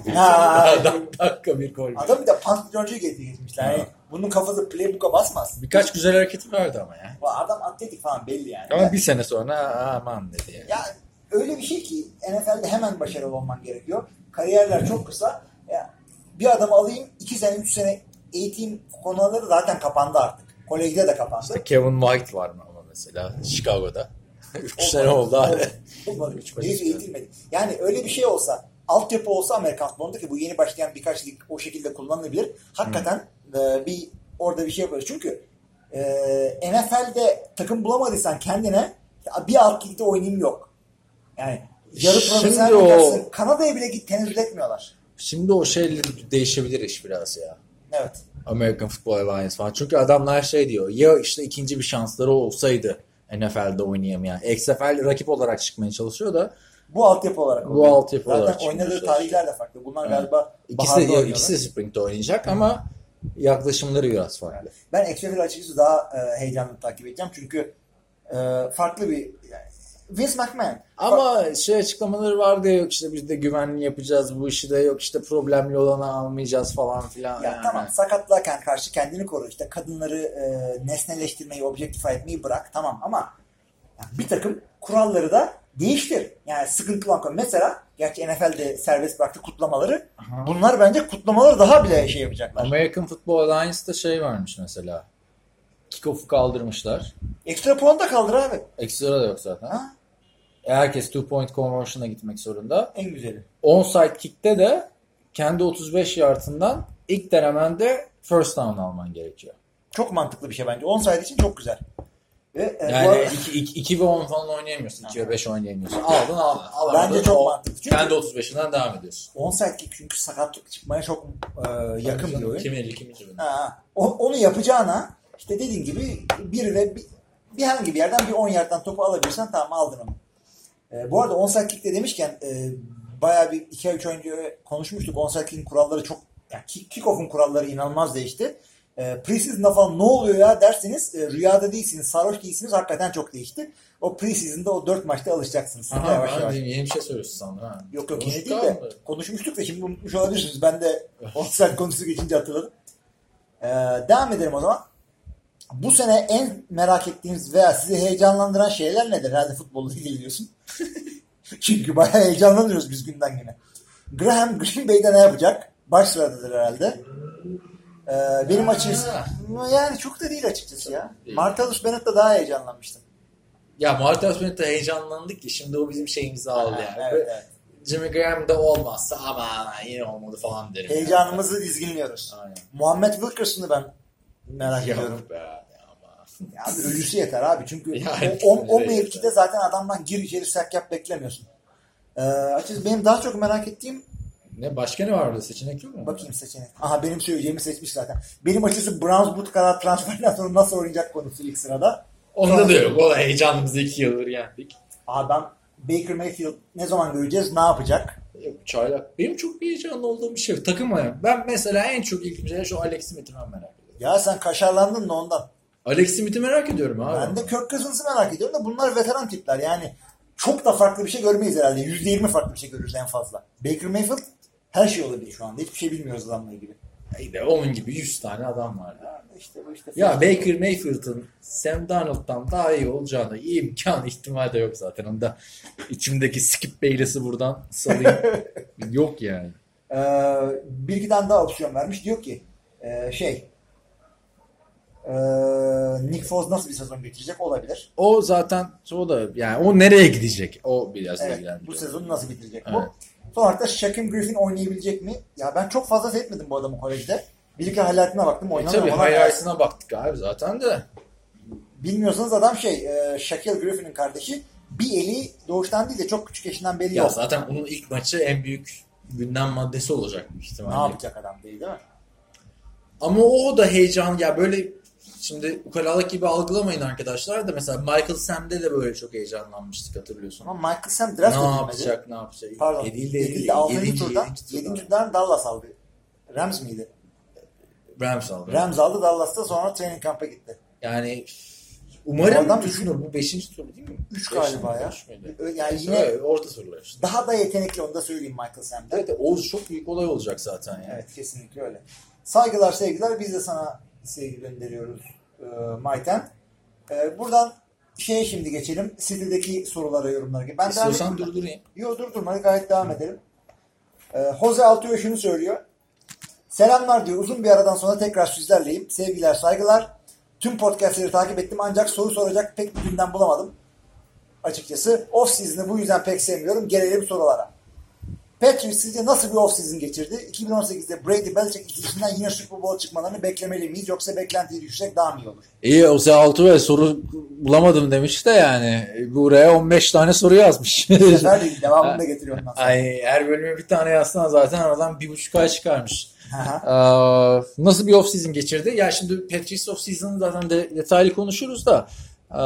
S3: Dakika bir gol.
S2: Adam bir de punt returner'cı getirmişler. Yani bunun kafası playbook'a basmaz.
S3: Birkaç güzel hareketi vardı ama ya.
S2: Adam atletik falan belli yani.
S3: Ama bir sene sonra aman dedi yani.
S2: Ya öyle bir şey ki N F L'de hemen başarılı olman gerekiyor. Kariyerler çok kısa. Ya, bir adamı alayım iki sene üç sene eğitim konuları zaten kapandı artık. Kolejde de kapandı.
S3: İşte Kevin White var mı ama mesela Chicago'da. üç sene oldu abi.
S2: Olmadı. Neyse eğitilmedi. Yani öyle bir şey olsa, altyapı olsa Amerikan futbolunda ki bu yeni başlayan birkaç lig o şekilde kullanılabilir. Hakikaten e, bir orada bir şey yaparız. Çünkü e, N F L'de takım bulamadıysan kendine bir alt ligde oynayayım yok. Yani yarı profesyonel
S3: o...
S2: oynarsın. Kanada'ya bile git tenezzül etmiyorlar.
S3: Şimdi o şeyle değişebilir iş biraz ya.
S2: Evet.
S3: American Football Alliance falan. Çünkü adamlar şey diyor. Ya işte ikinci bir şansları olsaydı N F L'de oynayamayan. X F L rakip olarak çıkmaya çalışıyor da
S2: bu altyapı olarak
S3: bu altyapı
S2: zaten
S3: olarak
S2: oynadığı tarihler de farklı. Bunlar evet. Galiba
S3: ikisi de, ya, ikisi de Spring'de oynayacak Hı. ama yaklaşımları biraz farklı.
S2: Ben X F L açıkçası daha e, heyecanlı takip edeceğim. Çünkü e, farklı bir yani, Vince McMahon.
S3: Ama Bak, şey açıklamaları vardı ya yok işte biz de güvenli yapacağız bu işi de yok işte problemli olanı almayacağız falan filan.
S2: Ya
S3: yani.
S2: Tamam sakatlığa karşı kendini koru. İşte kadınları e, nesneleştirmeyi, objektifay etmeyi bırak. Tamam ama yani bir takım kuralları da değiştir. Yani sıkıntılı olan konu. Mesela gerçi N F L'de serbest bıraktı kutlamaları. Aha. Bunlar bence kutlamaları daha bile şey yapacaklar.
S3: American Football Alliance'da şey varmış mesela. Kickoff'u kaldırmışlar.
S2: Ekstra puan da kaldır abi.
S3: Ekstra da yok zaten. Ha? Herkes two point conversion'a gitmek zorunda.
S2: En güzeli.
S3: Onside kick'te de kendi otuz beş yardından ilk denemende first down alman gerekiyor.
S2: Çok mantıklı bir şey bence. Onside için çok güzel. Ve,
S3: yani iki ve on falan oynayamıyorsun. iki ve beş oynayamıyorsun. Aldın aldın. aldın
S2: bence aldın, çok o, mantıklı.
S3: Çünkü kendi otuz beşinden devam ediyorsun.
S2: Onside kick çünkü sakatlık çıkmaya çok e, yakın bir oyun.
S3: kim elli kim elli
S2: Onu yapacağına işte dediğin gibi bir ve bir, bir hangi bir yerden bir on yardtan topu alabilirsen tamam aldın onu. E, bu arada onside kick'te demişken e, bayağı bir iki üç ay önce konuşmuştuk. Onside kick'in kuralları çok yani kick-off'un kuralları inanılmaz değişti. E, Preseason'da falan ne oluyor ya derseniz e, rüyada değilsiniz, sarhoş değilsiniz hakikaten çok değişti. O preseason'da o dört maçta alışacaksınız.
S3: Aha, yavaş yavaş. Yeni bir şey söylüyorsun sandım ha.
S2: Yok yok yeni değil de konuşmuştuk da şimdi unutmuş olabilirsiniz. Ben de onside konusu geçince hatırladım. E, devam edelim o zaman. Bu sene en merak ettiğiniz veya sizi heyecanlandıran şeyler nedir? Herhalde futbolla ilgili diyorsun. Çünkü bayağı heyecanlanıyoruz biz günden güne. Graham Green Bay'de ne yapacak? Baş sıradadır herhalde. Ee, benim açıkçası yani çok da değil açıkçası ya. Martellus Bennett'le daha heyecanlanmıştım.
S3: Ya Martellus Bennett'le heyecanlandık ki şimdi o bizim şeyimizi aldı
S2: ha,
S3: yani.
S2: Evet, evet.
S3: Jimmy Graham'da olmazsa ama yine olmadı falan derim.
S2: Heyecanımızı yani. dizginliyoruz. Aynen. Muhammed Wilkerson'ı ben merak
S3: Yok
S2: ediyorum.
S3: Be.
S2: Ya abi ölüsü yeter abi. Çünkü
S3: yani,
S2: o, o, o mevkide zaten adamdan gir içeri sak yap beklemiyorsun. Ee, açıkçası benim daha çok merak ettiğim
S3: ne başka ne var orada seçenek yok mu?
S2: Bakayım seçenek. Aha benim söyleyeceğimi seçmiş zaten. Benim açıkçası Browns bu kadar transferden sonra nasıl oynayacak konusu ilk sırada.
S3: Onda
S2: sonra
S3: da yok. O da heyecanımızı iki yıldır yendik.
S2: Aha ben Baker Mayfield ne zaman göreceğiz? Ne yapacak?
S3: Yok çaylak. Benim çok bir heyecanlı olduğum bir şey yok. Takım ayağı. Ben mesela en çok ilk şey şu Alex Smith'i ben merak ediyorum.
S2: Ya sen kaşarlandın da ondan.
S3: Alex Smith'i merak ediyorum abi.
S2: Ben de Kirk Cousins'ı merak ediyorum da bunlar veteran tipler. Yani çok da farklı bir şey görmeyiz herhalde. yüzde yirmi farklı bir şey görürüz en fazla. Baker Mayfield her şey olabilir şu anda. Hiçbir şey bilmiyoruz adamla ilgili.
S3: İyi onun gibi yüz tane adam var.
S2: Ya, işte, bu işte
S3: ya Baker Mayfield'ın Sam Darnold'dan daha iyi olacağına iyi imkan ihtimal de yok zaten. Onda içimdeki Skip Bayless'i buradan salayım. Yok yani.
S2: Ee, bir iki tane daha opsiyon vermiş. Diyor ki e, şey e, Nick Foles nasıl bir sezon geçirecek olabilir.
S3: O zaten o da yani o nereye gidecek? O biraz
S2: evet,
S3: ilgilendiriyor.
S2: Bu sezonu nasıl bitirecek
S3: evet.
S2: bu? Sonra da Shaquem Griffin oynayabilecek mi? Ya ben çok fazla seyretmedim bu adamı kolejde. Bir iki highlight'ına baktım.
S3: E tabii highlight'ına baktık abi zaten de.
S2: Bilmiyorsanız adam şey e, Shaquille Griffin'in kardeşi. Bir eli doğuştan değil de çok küçük yaşından belli
S3: ya
S2: yok.
S3: Zaten onun ilk maçı en büyük gündem maddesi olacak büyük ihtimalle.
S2: Ne yapacak adam değil değil mi?
S3: Ama o da heyecan ya böyle şimdi ukalalık gibi algılamayın arkadaşlar da mesela Michael Sam'de de böyle çok heyecanlanmıştık hatırlıyorsun.
S2: Ama Michael Sam draft
S3: Ne
S2: edilmedi.
S3: yapacak ne yapacak.
S2: Pardon.
S3: Edildi
S2: Edildi.
S3: edildi.
S2: altıncı
S3: Yedinci,
S2: turdan.
S3: yedinci turdan.
S2: yedinci turdan Dallas aldı. Rams miydi?
S3: Rams aldı.
S2: Rams aldı Dallas'ta sonra training kamp'a gitti.
S3: Yani umarım
S2: Oradan
S3: düşünür bu beşinci tur değil mi?
S2: üç
S3: Beş
S2: galiba
S3: mi?
S2: ya.
S3: Beş miydi?
S2: Yani
S3: Neyse,
S2: yine
S3: öyle, orta turlar işte.
S2: daha da yetenekli onu da söyleyeyim Michael Sam'den.
S3: Evet o çok büyük olay olacak zaten yani.
S2: Evet kesinlikle öyle. Saygılar sevgiler biz de sana sevgi gönderiyoruz e, Mayten. E, buradan şeye şimdi geçelim. City'deki sorulara yorumlara. Ben devam
S3: İstiyorsan
S2: edeyim mi?
S3: durdurayım.
S2: Yok durdurma gayet devam edelim. E, Jose Altuve şunu söylüyor. Selamlar diyor. Uzun bir aradan sonra tekrar sizlerleyim. Sevgiler saygılar. Tüm podcastleri takip ettim ancak soru soracak pek bir gündem bulamadım. Açıkçası off season'ı bu yüzden pek sevmiyorum. Gelelim sorulara. Patriots sizce nasıl bir off-season geçirdi? iki bin on sekizde Brady Belichick ikilisinden yine Super Bowl çıkmalarını beklemeli miyiz? Yoksa beklentiyi düşürsek daha mı iyi olur?
S3: İyi o Altuve soru bulamadım demiş de yani buraya on beş tane soru yazmış.
S2: Bu sefer değil. Devamını da getiriyor ondan sonra.
S3: Ay, her bölüme bir tane yazsan zaten oradan bir buçuk ay çıkarmış.
S2: Aha.
S3: Ee, nasıl bir off-season geçirdi? Ya şimdi Patriots off-season'ı zaten de detaylı konuşuruz da e,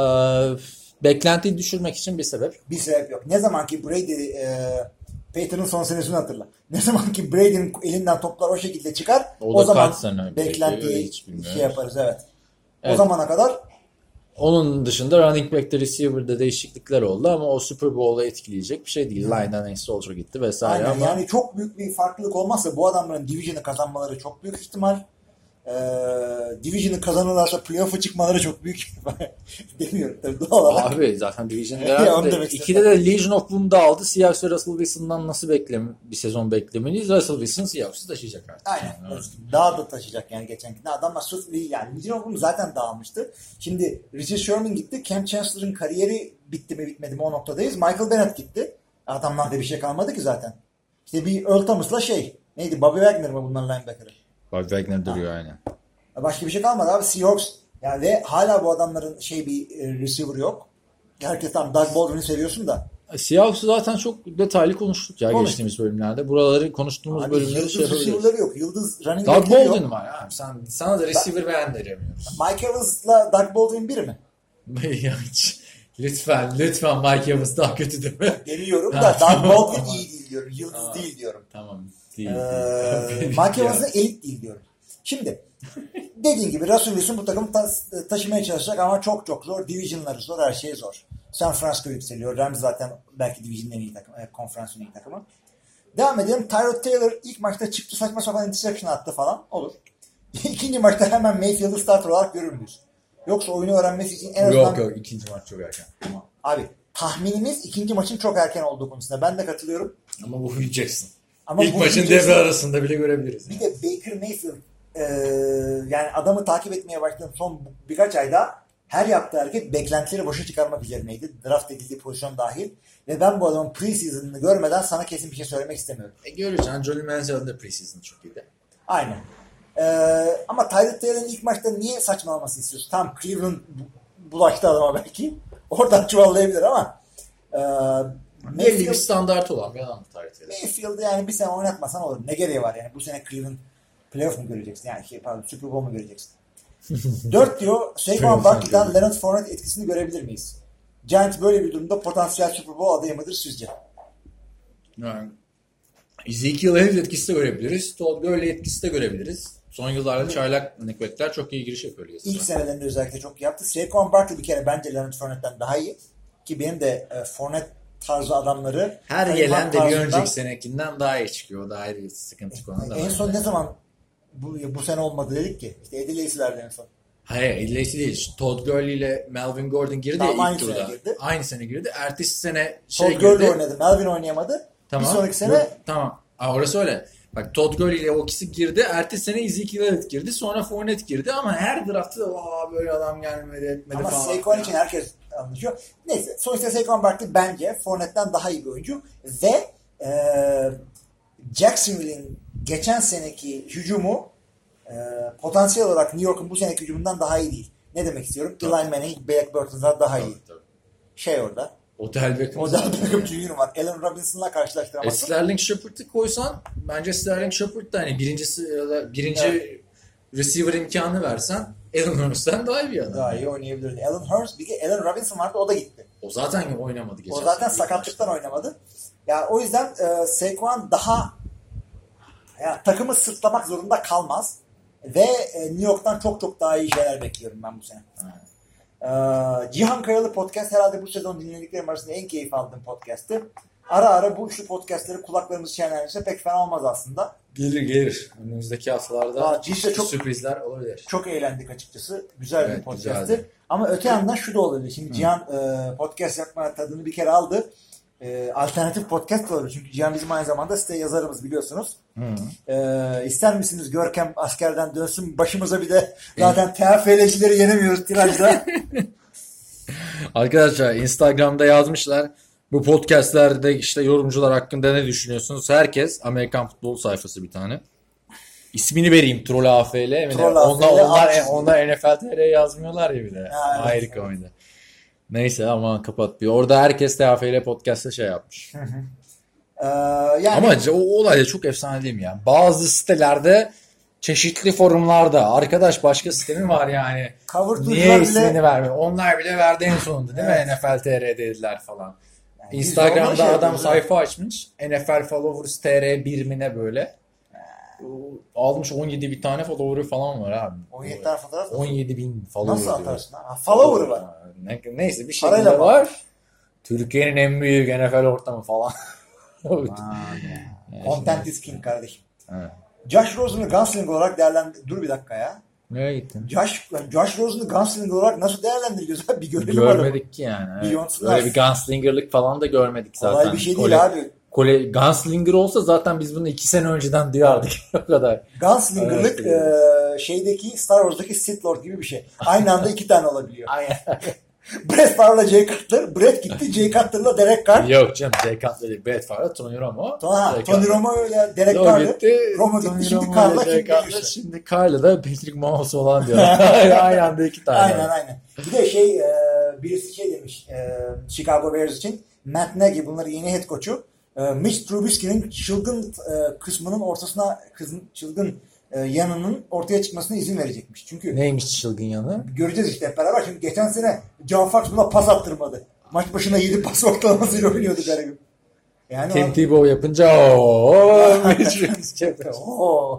S3: beklentiyi düşürmek için bir sebep.
S2: Bir sebep yok. Ne zaman ki Brady e, Peyton'un son senesini hatırla. Ne zaman ki Brady'nin elinden toplar o şekilde çıkar
S3: O
S2: o,
S3: da
S2: zaman
S3: kaç sene önce?
S2: beklentiyi
S3: Hiç bilmiyorum.
S2: şey yaparız evet.
S3: Evet.
S2: O zamana kadar
S3: Onun dışında running back'te receiver'da değişiklikler oldu ama o Super Bowl'u etkileyecek bir şey değil. Line'dan Ace Soldier gitti vesaire
S2: aynen,
S3: ama
S2: yani çok büyük bir farklılık olmazsa bu adamların division'ı kazanmaları çok büyük ihtimal. Ee, division'ı kazanırlarsa playoff'a çıkmaları çok büyük ihtimal. Demiyorum tabii doğal olarak.
S3: abi zaten Division
S2: Ya, onu
S3: garanti.
S2: demek
S3: İkide de Legion of Boom'da aldı. Seahawks ve Russell Wilson'dan nasıl bekleme, bir sezon beklemeliyiz? Russell Wilson Seahawks'ı taşıyacak artık.
S2: Aynen.
S3: Yani.
S2: Daha da taşıyacak yani geçen gün. Adamlar sırf yani Legion of Boom zaten dağılmıştı. Şimdi Richard Sherman gitti. Cam Chancellor'ın kariyeri bitti mi bitmedi mi o noktadayız. Michael Bennett gitti. Adamlarda bir şey kalmadı ki zaten. İşte bir Earl Thomas'la şey neydi? Bobby Wagner mı bunların linebacker'ı?
S3: Bobby Wagner duruyor aynen.
S2: Başka bir şey kalmadı abi. Seahawks yani ve hala bu adamların şey bir e, receiver yok. Herkes tam Doug Baldwin'i seviyorsun da.
S3: Seahawks'ı zaten çok detaylı konuştuk ya
S2: Konuştuk.
S3: geçtiğimiz bölümlerde. Buraları konuştuğumuz
S2: Abi
S3: bölümleri
S2: yıldız
S3: şey yapabiliriz.
S2: receiver'ları yok. Yıldız running
S3: Doug
S2: back'leri yok.
S3: Baldwin var abi. Sen, sana da receiver beğendiremiyoruz.
S2: Mike Evans'la Doug Baldwin bir mi?
S3: Ya hiç- lütfen lütfen Mike Evans daha kötü değil mi?
S2: Demiyorum da
S3: Ha,
S2: Doug
S3: tamam,
S2: Baldwin
S3: tamam.
S2: iyi değil diyorum. Yıldız
S3: Tamam.
S2: değil diyorum.
S3: Tamam. Değil.
S2: Ee,
S3: değil.
S2: Mike Evans'la elit değil diyorum. Şimdi dediğin gibi Russell Wilson bu takımı ta- taşımaya çalışacak ama çok çok zor. Division'ları zor. Her şey zor. San Francisco yükseliyor. Rams zaten belki Division'ın en iyi takımı. E, konferansın en iyi takımı. Devam edelim. Tyrod Taylor ilk maçta çıktı saçma sapan interception attı falan. Olur. İkinci maçta hemen Mayfield'ı starter olarak görür müyüz? Yoksa oyunu öğrenmesi için en azından...
S3: Yok yok ikinci maç çok erken.
S2: Abi tahminimiz ikinci maçın çok erken olduğu konusunda. Ben de katılıyorum.
S3: Ama bu Hugh Jackson.
S2: Ama
S3: İlk
S2: bu
S3: maçın
S2: Hugh Jackson-
S3: devre arasında bile görebiliriz.
S2: Bir de Baker Mayfield e, yani adamı takip etmeye başladığım son birkaç ayda her yaptığı hareket beklentileri boşa çıkarmak üzerineydi. Draft edildiği pozisyon dahil. Ve ben bu adamın preseason'ını görmeden sana kesin bir şey söylemek istemiyorum.
S3: E göreceksin. Johnny Manziel'in de preseason çok iyiydi.
S2: Aynen. Ee, ama Tyrod Taylor'ın ilk maçta niye saçmalamasını istiyorsun? Tam Cleveland bu- bulaştı adama belki. Oradan çuvallayabilir ama e,
S3: Belli bir
S2: Mayfield,
S3: standart olan bir adam tarihte.
S2: Mayfield'ı yani bir sene oynatmasan olur. Ne gereği var yani? Bu sene Cleveland playoff mu göreceksin? Yani şey, pardon, Super Bowl mu göreceksin? dört diyor. Saquon Barkley'den Leonard Fournette etkisini görebilir miyiz? Giants böyle bir durumda potansiyel Super Bowl adayı mıdır sizce?
S3: Yani, Ezekiel Elliott etkisi de görebiliriz. Todd Gurley etkisi de görebiliriz. Son yıllarda çaylak nekbetler çok iyi giriş yapıyor.
S2: İlk senelerinde özellikle çok iyi yaptı. Saquon Barkley bir kere bence Leonard Fournette'den daha iyi. Ki benim de e, Fournette tarzı adamları
S3: Her
S2: Karim
S3: gelen
S2: Hunt
S3: de bir
S2: tarzından-
S3: önceki senekinden daha iyi çıkıyor. O da ayrı bir sıkıntı konu da.
S2: En
S3: var.
S2: son ne zaman bu, bu sene olmadı dedik ki? İşte Eddie Lacy'lerdi en son.
S3: Hayır, illesi değil. Todd Gurley ile Melvin Gordon girdi
S2: Tamam,
S3: ya
S2: aynı
S3: ilk
S2: sene
S3: turda.
S2: girdi.
S3: Aynı sene girdi. Ertesi sene şey
S2: Todd Gurley
S3: girdi.
S2: oynadı. Melvin oynayamadı.
S3: Tamam.
S2: Bir sonraki sene
S3: Yok, tamam. Aa, orası öyle. Bak Todd Gurley ile o ikisi girdi. Ertesi sene Ezekiel Elliott girdi. Sonra Fournette girdi ama her draftta aa böyle adam gelmedi etmedi
S2: ama
S3: falan.
S2: Saquon için herkes anlaşıyor. Neyse sonuçta Saquon Barkley bence Fournette'den daha iyi bir oyuncu ve e, Jacksonville'in geçen seneki hücumu e, potansiyel olarak New York'un bu seneki hücumundan daha iyi değil. Ne demek istiyorum?
S3: Tabii.
S2: Eli Manning, Blake Bertels'dan daha iyi.
S3: Tabii, tabii.
S2: Şey orada.
S3: Odell Beckham.
S2: Odell Beckham Junior var. Allen Robinson'la
S3: E,
S2: karşılaştıramazsın.
S3: Sterling Shepard'ı koysan bence Sterling Shepard da hani birincisi ya da birinci
S2: Evet.
S3: receiver imkanı versen Allen Hurst'ten daha iyi bir adam.
S2: Daha iyi oynayabilirdi. Allen Hurst, bir de Allen Robinson vardı, o da gitti.
S3: O zaten oynamadı geçen.
S2: O zaten sakatlıktan oynamadı. Yani o yüzden e, Saquon daha yani takımı sırtlamak zorunda kalmaz. Ve e, New York'tan çok çok daha iyi şeyler bekliyorum ben bu sene. E, Cihan Kayalı podcast herhalde bu sezon dinlediklerim arasında en keyif aldığım podcast'tı. Ara ara bu üçlü podcast'ları kulaklarımız şenlenirse pek fena olmaz aslında.
S3: Gelir gelir. Önümüzdeki haftalarda
S2: Aa, cidden çok-
S3: sürprizler olabilir.
S2: Çok eğlendik açıkçası. Güzel bir
S3: Evet,
S2: podcast'tı.
S3: güzeldi.
S2: Ama öte yandan şu da olabilir. Şimdi Cihan e, podcast yapma tadını bir kere aldı. E, alternatif podcast da olabilir. Çünkü Cihan bizim aynı zamanda site yazarımız biliyorsunuz. E, ister misiniz Görkem askerden dönsün başımıza bir de zaten T F L'cileri yenemiyoruz tirajda.
S3: Arkadaşlar Instagram'da yazmışlar. Bu podcastlerde işte yorumcular hakkında ne düşünüyorsunuz? Herkes Amerikan futbol sayfası bir tane. İsmini vereyim Troll A F L.
S2: Troll
S3: Onlar,
S2: A F L,
S3: onlar,
S2: alt-
S3: onlar N F L T R yazmıyorlar ya bir de.
S2: Ha, evet.
S3: Harika oyunda. Neyse aman kapat bir. Orada herkes T F L podcast'ta şey yapmış.
S2: E, yani
S3: Ama o olay da çok efsane değil mi ya? Bazı sitelerde çeşitli forumlarda arkadaş başka sitemi var yani.
S2: cover
S3: Niye
S2: tutucular
S3: ismini
S2: bile
S3: vermiyor? Onlar bile verdi en sonunda değil
S2: Evet.
S3: mi? N F L T R dediler falan.
S2: biz de
S3: Instagram'da
S2: ona şey
S3: adam
S2: yapıyoruz,
S3: sayfa açmış. N F L Followers T R birimine böyle. Almış on yedi bir tane follower'ı falan var abi.
S2: on yedi tane fotoğraf
S3: on yedi bin follower.
S2: nasıl
S3: diyor.
S2: atarsın? Ha, follower'ı var.
S3: Ne, neyse bir
S2: Parayla
S3: şekilde
S2: bak.
S3: var. Türkiye'nin en büyük N F L ortamı falan.
S2: Content is king kardeşim.
S3: Evet.
S2: Josh Rosen'ı gunslinger olarak değerlendir... Dur bir dakika ya.
S3: Nereye gittin?
S2: Josh, Josh Rosen'ı gunslinger olarak nasıl değerlendiriyoruz? Bir görelim adamı.
S3: Görmedik ki yani. Evet.
S2: Beyoncé'lar.
S3: Öyle bir gunslinger'lık falan da görmedik zaten.
S2: Olay bir şey değil
S3: Kole-
S2: abi.
S3: Kole, gunslinger olsa zaten biz bunu iki sene önceden duyardık. O kadar.
S2: Gunslinger'lık
S3: Evet,
S2: e, şeydeki Star Wars'daki Sith Lord gibi bir şey. Aynı anda iki tane olabiliyor.
S3: Aynen.
S2: Brett Favre'la Jay Cutler, Brett gitti Jay Cutler'la Derek Carr.
S3: Yok canım. Jay Cutler değil. Brett Favre, Tony Romo.
S2: Ha,
S3: Jay
S2: Tony
S3: Cutler.
S2: Romo ile Derek
S3: O
S2: Carr'lı.
S3: gitti.
S2: Romo gitti,
S3: Tony
S2: şimdi
S3: Romo
S2: Carr'la
S3: ile Jay
S2: kim
S3: Cutler.
S2: geliyorsa.
S3: Şimdi Carr'la da Patrick Mahomes falan diyor. Aynı anda iki tane.
S2: Aynen aynen. Bir de şey e, birisi şey demiş e, Chicago Bears için Matt Nagy bunları yeni head coach'u e, Mitch Trubisky'nin çılgın e, kısmının ortasına kızın çılgın e, yanının ortaya çıkmasına izin verecekmiş. Çünkü
S3: Neymiş çılgın yanı?
S2: göreceğiz işte hep beraber. Çünkü geçen sene John Fox buna pas attırmadı. Maç başına yedi pas ortalamasıyla oynuyordu garibim. Yani
S3: Tim
S2: o-
S3: Tebow yapınca ooo.
S2: Oo.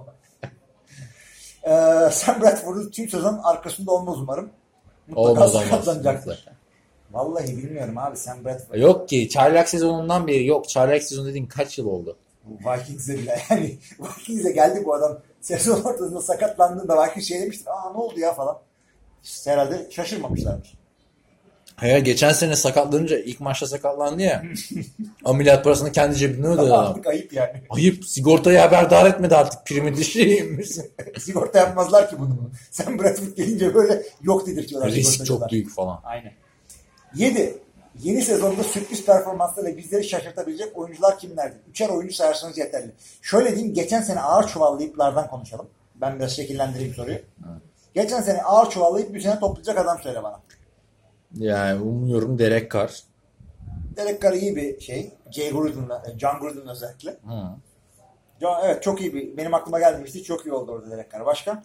S2: Ee, Sam Bradford'un tüm sezon arkasında olmaz umarım. Mutlaka
S3: Olmaz olmaz.
S2: sakatlanacak. Vallahi bilmiyorum abi Sam Bradford.
S3: Yok ki. Çaylak sezonundan beri yok. Çaylak sezonu dediğin kaç yıl oldu?
S2: Bu Vikings'e bile yani Vikings'e geldi bu adam. Sezon ortasında sakatlandığında Vikings şey demiştir. Aa ne oldu ya falan. İşte herhalde şaşırmamışlardır.
S3: Hayır geçen sene sakatlanınca ilk maçta sakatlandı ya. Ameliyat parasını kendi cebinden ödedi adam.
S2: Artık ayıp yani.
S3: Ayıp. Sigortayı haberdar etmedi artık. Primi düşeymiş.
S2: Sigorta yapmazlar ki bunu. Sam Bradford gelince böyle yok dedirtiyorlar.
S3: Risk
S2: sigortacılar.
S3: çok büyük falan.
S2: Aynen. yedi. Yeni sezonda sürpriz performanslarla bizleri şaşırtabilecek oyuncular kimlerdir? Üçer oyuncu sayarsanız yeterli. Şöyle diyeyim, geçen sene ağır çuvallayıplardan konuşalım. Ben biraz şekillendireyim soruyu. Evet. Geçen sene ağır çuvallayıp bir sene toplayacak adam söyle bana.
S3: Yani umuyorum Derek Carr.
S2: Derek Carr iyi bir şey. Jay Gruden'la, John Gruden özellikle.
S3: Hı.
S2: John, evet çok iyi bir, benim aklıma gelmemişti. Çok iyi oldu orada Derek Carr. Başka?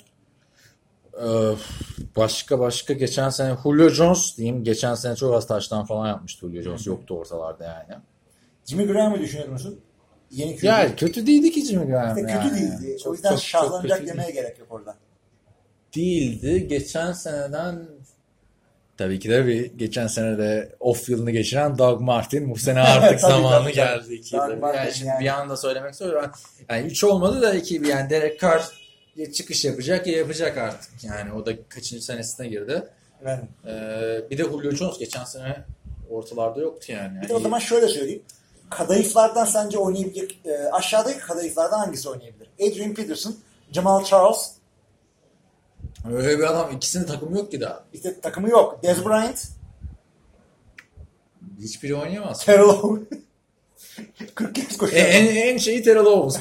S3: Ee, başka başka geçen sene Julio Jones diyeyim. Geçen sene çok az taştan falan yapmıştı Julio Jones. Yoktu ortalarda yani.
S2: Jimmy Graham'ı düşünüyor musun? Yeni Q B.
S3: Ya kötü değildi ki Jimmy Graham.
S2: İşte
S3: yani.
S2: kötü değildi.
S3: Çok-
S2: o yüzden
S3: çok- çok
S2: şahlanacak
S3: kötü
S2: demeye gerek yok orada.
S3: değildi. Geçen seneden tabii ki de bir geçen sene de off yılını geçiren Doug Martin. Bu sene artık
S2: Tabii,
S3: zamanı
S2: tabii,
S3: geldi.
S2: tabii.
S3: iki
S2: Doug
S3: yılda.
S2: Martin
S3: Yani şimdi
S2: yani.
S3: bir anda söylemek istiyorum. Yani üç olmadı da iki yani Derek Carr ya çıkış yapacak ya yapacak artık. Yani o da kaçıncı senesine girdi.
S2: Evet.
S3: Ee, bir de Julio Jones geçen sene ortalarda yoktu yani.
S2: Bir de o zaman şöyle söyleyeyim. Kadayıflardan sence oynayabilecek, e, aşağıdaki kadayıflardan hangisi oynayabilir? Adrian Peterson, Jamal Charles,
S3: Öyle bir adam ikisinin takımı yok ki daha.
S2: işte takımı yok. Dez Bryant,
S3: Hiçbiri oynayamaz.
S2: Terrell Owens. kırk kez
S3: E,
S2: koşuyor.
S3: en, en şeyi Terrell Owens.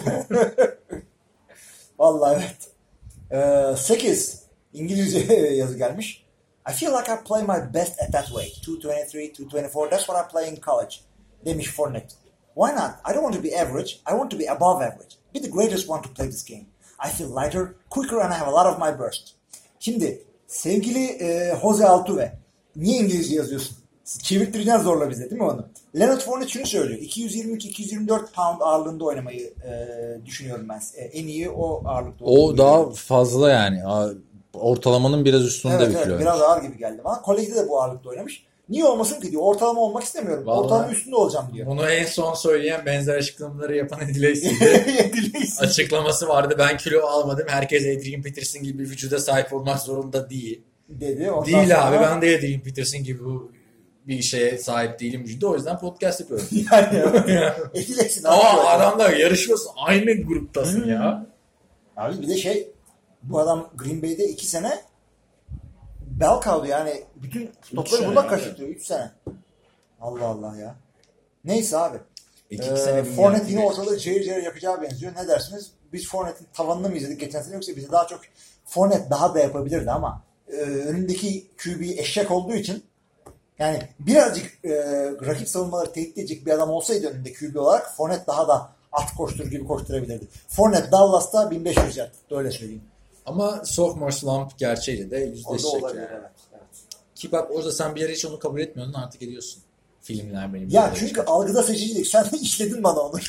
S2: Vallahi evet. Ee, sekiz. İngilizce yazı gelmiş. I feel like I play my best at that weight. two twenty-three, two twenty-four. That's what I play in college. Demiş Fournette. Why not? I don't want to be average. I want to be above average. Be the greatest one to play this game. I feel lighter, quicker and I have a lot of my burst. Şimdi sevgili e, Jose Altuve, niye İngilizce yazıyorsun? Çevirttireceğiz zorla bize değil mi onu? Leonard Fournette şunu söylüyor. iki yüz yirmi üç iki yüz yirmi dört pound ağırlığında oynamayı e, düşünüyorum ben. E, en iyi o ağırlıkta.
S3: O daha fazla yani. Ortalamanın biraz üstünde
S2: evet,
S3: bir
S2: evet,
S3: kilo.
S2: Biraz ağır gibi geldi bana. Kolejde de bu ağırlıkta oynamış. Niye olmasın ki diyor. Ortalama olmak istemiyorum.
S3: Vallahi,
S2: ortalama üstünde olacağım diyor.
S3: Bunu en son söyleyen benzer açıklamaları yapan Edileysi'de açıklaması vardı. Ben kilo almadım. Herkes Adrian Peterson gibi bir vücuda sahip olmak zorunda değil.
S2: Dedi. Ondan
S3: Değil
S2: sonra...
S3: abi, ben de Adrian Peterson gibi bu bir şeye sahip değilim vücuda. O yüzden podcast yapıyorum.
S2: yani Edileysi.
S3: Ama adamla yarışıyorsun. Aynı gruptasın ya.
S2: Abi bir de şey, bu adam Green Bay'de iki sene bel kaldı yani. Bütün topları bunda kaçırtıyor. üç sene. Allah Allah ya. Neyse abi.
S3: İki,
S2: ee,
S3: iki sene
S2: Fournette yine ortalığı cayır cayır yapacağı benziyor. Ne dersiniz? Biz Fournette'in tavanını mı izledik geçen sene, yoksa bizi daha çok Fournette daha da yapabilirdi ama e, önündeki Q B eşek olduğu için, yani birazcık e, rakip savunmaları tehdit edecek bir adam olsaydı önünde Q B olarak, Fournette daha da at koştur gibi koşturabilirdi. Fournette Dallas'ta bin beş yüz yard. Öyle söyleyeyim.
S3: Ama sophomore slump gerçeğiyle de yüzleşecek
S2: olabilir,
S3: yani.
S2: evet, evet.
S3: Ki bak orada sen bir yere hiç onu kabul etmiyordun, artık ediyorsun. Filmler benim.
S2: Ya çünkü şey. Algıda seçicilik. Sen de işledin bana onu.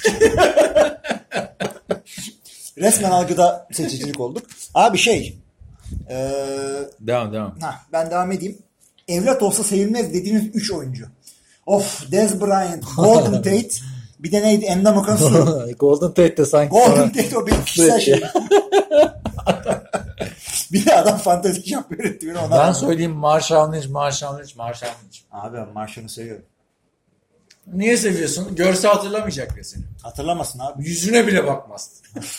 S2: Resmen algıda seçicilik olduk. Abi şey. Ee,
S3: Devam devam.
S2: Heh, ben devam edeyim. Evlat olsa sevilmez dediğiniz üç oyuncu. Of, Dez Bryant, Golden Tate, bir de neydi? Endamakan Su.
S3: Golden Tate de sanki.
S2: Golden Tate o benim kişisel şey. Bir de adam fantezi şampiyon etti beni ona.
S3: Ben söyleyeyim, Marshall Lynch, Marshall Lynch, Marshall Lynch.
S2: Abi ben Marshall'ı seviyorum.
S3: Niye seviyorsun? Görse hatırlamayacak ya seni.
S2: Hatırlamasın abi.
S3: Yüzüne bile bakmaz.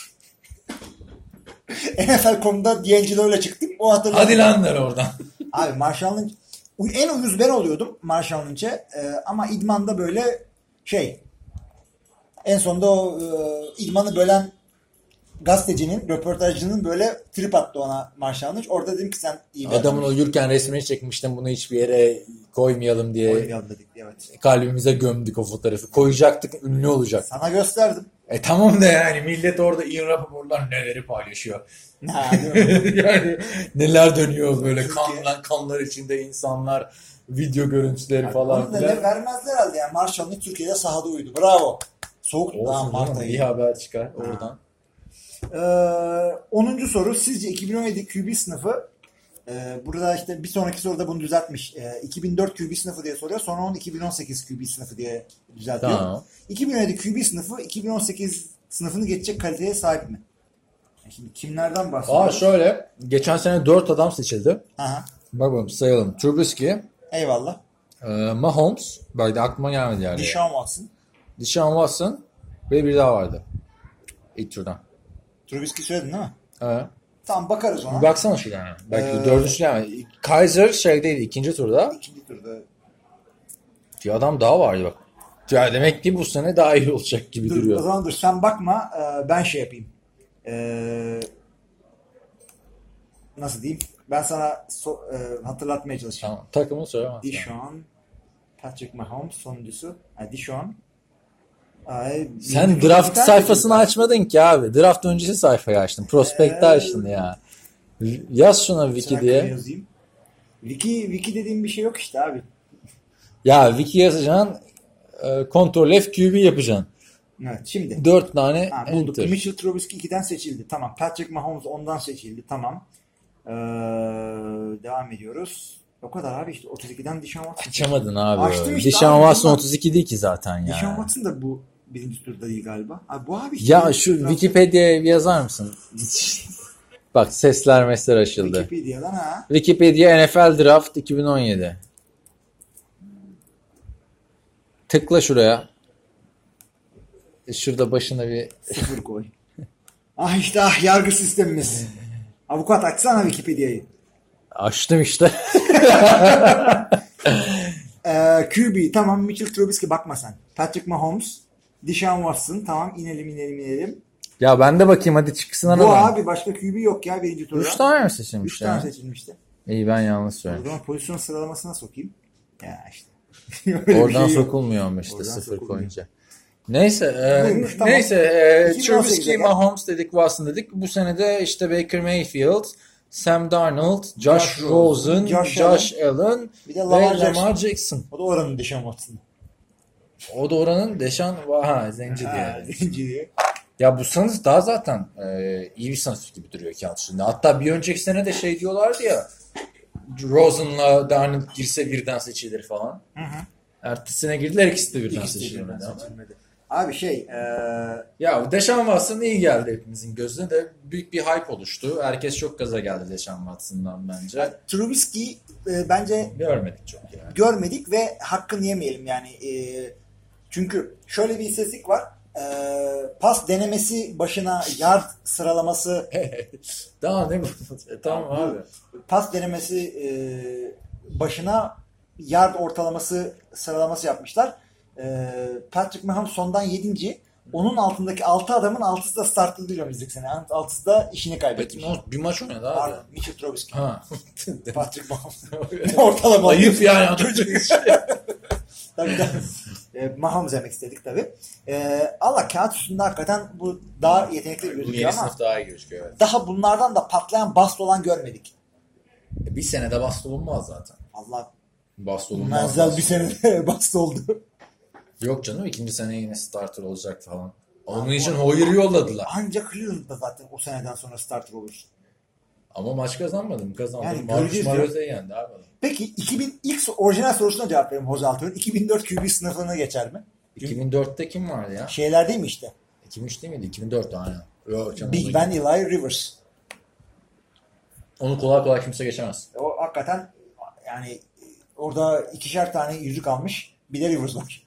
S2: N F L nokta com'da D'Angelo'yla çıktım. O hatırlamıyor.
S3: Hadi lan der oradan.
S2: Abi Marshall Lynch, en uyuz ben oluyordum Marshall Lynch'e ee, ama idmanda böyle şey, en sonunda o e, idmanı bölen gazetecinin, röportajcının böyle trip attı ona Marshall Lynch. Orada dedim ki sen iyi bir
S3: Adamın
S2: adamsın.
S3: uyurken resmini çekmiştim, bunu hiçbir yere koymayalım diye.
S2: Koymayalım dedik, evet.
S3: Kalbimize gömdük o fotoğrafı. Koyacaktık, ünlü olacak.
S2: Sana gösterdim.
S3: E tamam da yani millet orada Ian Rappaport'lar neleri paylaşıyor.
S2: Ha,
S3: yani neler dönüyor böyle
S2: Türkiye.
S3: kanlar, kanlar içinde insanlar, video görüntüleri falan
S2: Onu da
S3: filan.
S2: ne vermezler herhalde yani. Marshall Lynch Türkiye'de sahada uyudu. Bravo. Soğuk daha
S3: Olsun
S2: Mart
S3: canım,
S2: ayı.
S3: bir haber çıkar oradan.
S2: Ee, onuncu soru. Sizce iki bin on yedi Q B sınıfı, e, burada işte bir sonraki soruda bunu düzeltmiş. E, iki bin dört Q B sınıfı diye soruyor. Sonra onu iki bin on sekiz Q B sınıfı diye düzeltiyor.
S3: Tamam.
S2: iki bin on yedi Q B sınıfı iki bin on sekiz sınıfını geçecek kaliteye sahip mi? Şimdi kimlerden bahsediyoruz?
S3: Aa şöyle, geçen sene dört adam seçildi.
S2: Aha.
S3: Bak bakalım sayalım. Trubisky,
S2: Eyvallah.
S3: e, Mahomes, böyle de aklıma gelmedi yani.
S2: Deshaun Watson.
S3: Deshaun Watson ve bir daha vardı. İlk turdan.
S2: Trubisky söyledin değil mi?
S3: Evet.
S2: Tamam, bakarız ona.
S3: Bir baksana şu yani. Belki
S2: Ee,
S3: dördüncü yani. Kaiser şeydeydi ikinci turda.
S2: İkinci turda.
S3: Bir adam daha vardı bak. Ya demek ki bu sene daha iyi olacak gibi
S2: Dur,
S3: duruyor.
S2: o zaman dur. Sen bakma. e, ben şey yapayım. E, nasıl diyeyim? Ben sana so, e, hatırlatmaya çalışacağım.
S3: Tamam. Takımını söylemez.
S2: Deshaun, Patrick Mahomes sonuncusu. Ha, Deshaun. Ay,
S3: Sen
S2: birinci
S3: draft
S2: turda bir tane
S3: sayfasını
S2: çocuk var.
S3: açmadın ki abi. Draft öncesi sayfayı açtın. Prospekti
S2: Ee,
S3: açtın ya. Yaz şuna wiki
S2: Sıra
S3: diye.
S2: yazayım. Wiki, wiki dediğim bir şey yok işte abi.
S3: Ya wiki yazacaksın. E, Ctrl F Q B yapacaksın.
S2: Evet, şimdi.
S3: Dört tane
S2: Ha, bulduk.
S3: enter.
S2: Mitchell Trubisky ikiden seçildi. Tamam. Patrick Mahomes ondan seçildi. Tamam. Ee, devam ediyoruz. O kadar abi işte. otuz ikiden Deshaun Watson.
S3: Açamadın abi.
S2: Açtım işte
S3: Deshaun
S2: abi,
S3: Watson
S2: bundan-
S3: otuz iki değil ki zaten ya.
S2: Deshaun Watson da bu birinci turda değil galiba. Abi bu abi işte.
S3: Ya şu Wikipedia'ya bir yazar mısın? Bak sesler mesler açıldı.
S2: Wikipedia'dan ha.
S3: Wikipedia N F L Draft iki bin on yedi. Tıkla şuraya. Şurada başına bir...
S2: Sıfır koy. Ah işte ah yargı sistemimiz. Avukat açsana Wikipedia'yı.
S3: Açtım işte.
S2: Ee, Q B tamam, Mitchell Trubisky bakma sen. Patrick Mahomes, Deshaun Watson tamam, inelim inelim inelim.
S3: Ya ben de bakayım hadi çıksın
S2: Bu
S3: aradan.
S2: abi başka Q B yok ya birinci turda.
S3: Üç tane mi
S2: Üç
S3: seçilmiş
S2: tane
S3: ya?
S2: seçilmişti.
S3: İyi ben yanlış
S2: O
S3: söyledim.
S2: zaman pozisyon sıralamasına sokayım. Ya işte. Öyle bir
S3: Oradan
S2: şey yok.
S3: sokulmuyor ama işte
S2: Oradan
S3: sıfır
S2: sokulmuyor.
S3: koyunca. Neyse, e,
S2: Buymuş, tamam.
S3: neyse e,
S2: iki bin on sekize
S3: Trubisky,
S2: gel.
S3: Mahomes dedik, Watson dedik. Bu sene de işte Baker Mayfield, Sam Darnold, Josh,
S2: Josh
S3: Rosen,
S2: Rosen,
S3: Josh,
S2: Josh
S3: Allen
S2: Bir de
S3: ve
S2: Lamar
S3: Lamar
S2: Jackson.
S3: Jackson.
S2: O da oranın Deshaun Watson.
S3: O da oranın Deşan, ha zenci
S2: Ha,
S3: diye.
S2: zenci diye.
S3: Ya bu sınıf daha zaten e, iyi bir sınıf gibi duruyor kağıt üstünde. Hatta bir önceki sene de şey diyorlardı ya, Rosen'la Darnold girse birden seçilir falan.
S2: Hı hı.
S3: Ertesi sene girdiler, ikisi de birden
S2: İkisi de
S3: seçilmedi.
S2: birden
S3: ama.
S2: seçilmedi. Abi şey eee
S3: Ya Deshaun Watson iyi geldi hepimizin gözüne de, büyük bir hype oluştu. Herkes çok gaza geldi Deshaun Watson'dan bence.
S2: Trubisky e, bence
S3: Görmedik çok yani.
S2: görmedik ve hakkını yemeyelim yani. E, çünkü şöyle bir istatistik var. E, pas denemesi başına yard sıralaması
S3: Daha ne bu? E, tamam abi.
S2: pas denemesi e, başına yard ortalaması sıralaması yapmışlar. E, Patrick Mahomes sondan yedinci Onun altındaki altı adamın altısı da startlı değil önümüzdeki sene. altısı da işini kaybetmiş.
S3: Patrick Mahomes bir maç oynadı abi.
S2: Pardon, Mitchell Trubisky.
S3: Ha.
S2: Patrick Mahomes. Ortalama.
S3: Ayıp yani. Çocuk.
S2: Tabii tabii. E, Mahomes demek istedik tabii. E, Allah kağıt üstünde hakikaten bu daha yetenekli
S3: Bu
S2: gözüküyor
S3: yeni
S2: ama
S3: sınıf daha iyi gözüküyor. Evet.
S2: daha bunlardan da patlayan bast olan görmedik.
S3: Bir senede bast olunmaz zaten.
S2: Allah
S3: Bast olunmaz.
S2: menzel bir sene bast oldu.
S3: Yok canım, ikinci sene yine starter olacak falan. Onun için Hoyer'ı yolladılar.
S2: Ancak Cleveland'da zaten o seneden sonra starter olursun.
S3: Ama maç kazanmadım. Kazandım.
S2: Yani
S3: Marcus
S2: göreceğiz ya.
S3: Mariota'yı yendi abi.
S2: Peki iki bin ilk orijinal sorusuna cevap verelim Jose Altuve'nin. iki bin dört Q B sınıfına geçer mi?
S3: iki bin dörtte kim vardı ya?
S2: Şeyler değil mi işte?
S3: iki bin üç değil miydi? iki bin dört aynen. Yok canım.
S2: Big
S3: onu-
S2: Ben, Eli Rivers.
S3: Onu kolay kolay kimse geçemez.
S2: O hakikaten yani orada ikişer tane yüzük almış. Bir de Rivers var.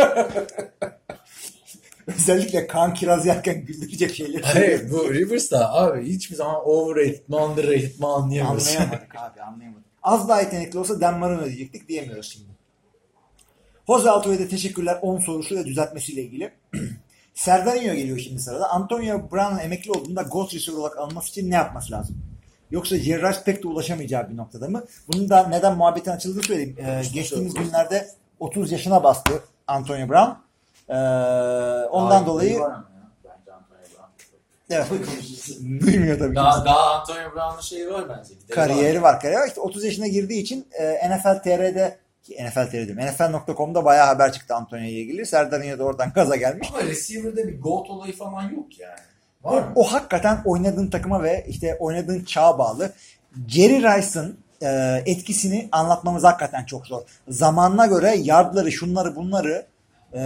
S2: Özellikle kan kiraz yerken güldürecek şeyler.
S3: Hayır, bu Rivers da abi hiçbir zaman overrated mi underrated mi anlayamıyoruz.
S2: Anlayamadık abi anlayamadık. Az daha yetenekli olsa Dan Marino diyecektik diyemiyoruz şimdi. Jose Altuve'ye de teşekkürler on sorusu ve düzeltmesiyle ilgili. Serdarinho geliyor şimdi sırada. Antonio Brown'un emekli olduğunda Ghost Receiver olarak alınması için ne yapması lazım? Yoksa Jerry Rice pek de ulaşamayacağı bir noktada mı? Bunun da neden muhabbetin açıldığını söyleyeyim. Ee, geçtiğimiz günlerde otuz yaşına bastı Antonio Brown. Ee, ondan
S3: Daha
S2: dolayı
S3: iyi var ama ya. Bence Antonio Brown.
S2: evet, duymuyor tabii ki.
S3: Daha, daha Antonio Brown'un şeyi var bence. Gideri
S2: Kariyeri
S3: var.
S2: var. Kariyeri var. İşte otuz yaşına girdiği için e, N F L T R'de N F L T R diyorum. N F L nokta com'da bayağı haber çıktı Antonio ile ilgili. Serdarinho da oradan gaza gelmiş.
S3: Ama receiver'da bir GOAT olayı falan yok yani.
S2: O,
S3: Var mı?
S2: o hakikaten oynadığın takıma ve işte oynadığın çağa bağlı. Jerry Rice'ın e, etkisini anlatmamız hakikaten çok zor. Zamanına göre yardları, şunları, bunları e,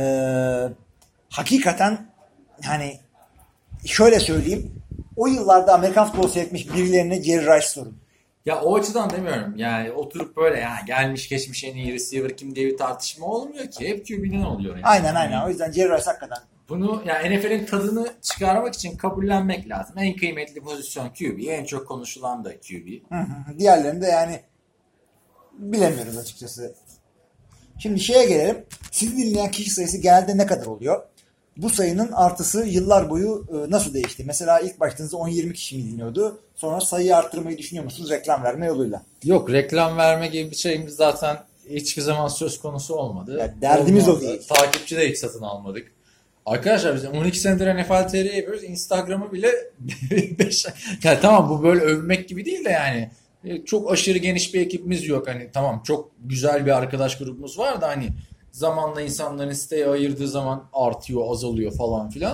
S2: hakikaten hani şöyle söyleyeyim. O yıllarda Amerikan futbolu seyretmiş birilerine Jerry Rice sorun.
S3: Ya o açıdan demiyorum. Yani oturup böyle ya gelmiş geçmiş en iyi receiver kim diye bir tartışma olmuyor ki. Hep Q B'den oluyor yani.
S2: Aynen aynen. O yüzden Jerry Rice hakikaten
S3: Bunu yani N F L'in tadını çıkarmak için kabullenmek lazım. En kıymetli pozisyon Q B. En çok konuşulan da Q B.
S2: Hı hı. Diğerlerini de yani bilemiyoruz açıkçası. Şimdi şeye gelelim. Sizi dinleyen kişi sayısı genelde ne kadar oluyor? Bu sayının artısı yıllar boyu e, nasıl değişti? Mesela ilk başladığınızda on yirmi kişi mi dinliyordu? Sonra sayıyı arttırmayı düşünüyor musunuz reklam verme yoluyla?
S3: Yok, reklam verme gibi bir şeyimiz zaten hiçbir zaman söz konusu olmadı.
S2: Ya derdimiz o
S3: Olmadı.
S2: değil.
S3: Takipçi de hiç satın almadık. Arkadaşlar biz on iki senedir N F L T R yapıyoruz. Instagram'ı bile beş yani tamam bu böyle övmek gibi değil de yani çok aşırı geniş bir ekibimiz yok. Hani tamam çok güzel bir arkadaş grubumuz var da hani zamanla insanların siteye ayırdığı zaman artıyor, azalıyor falan filan.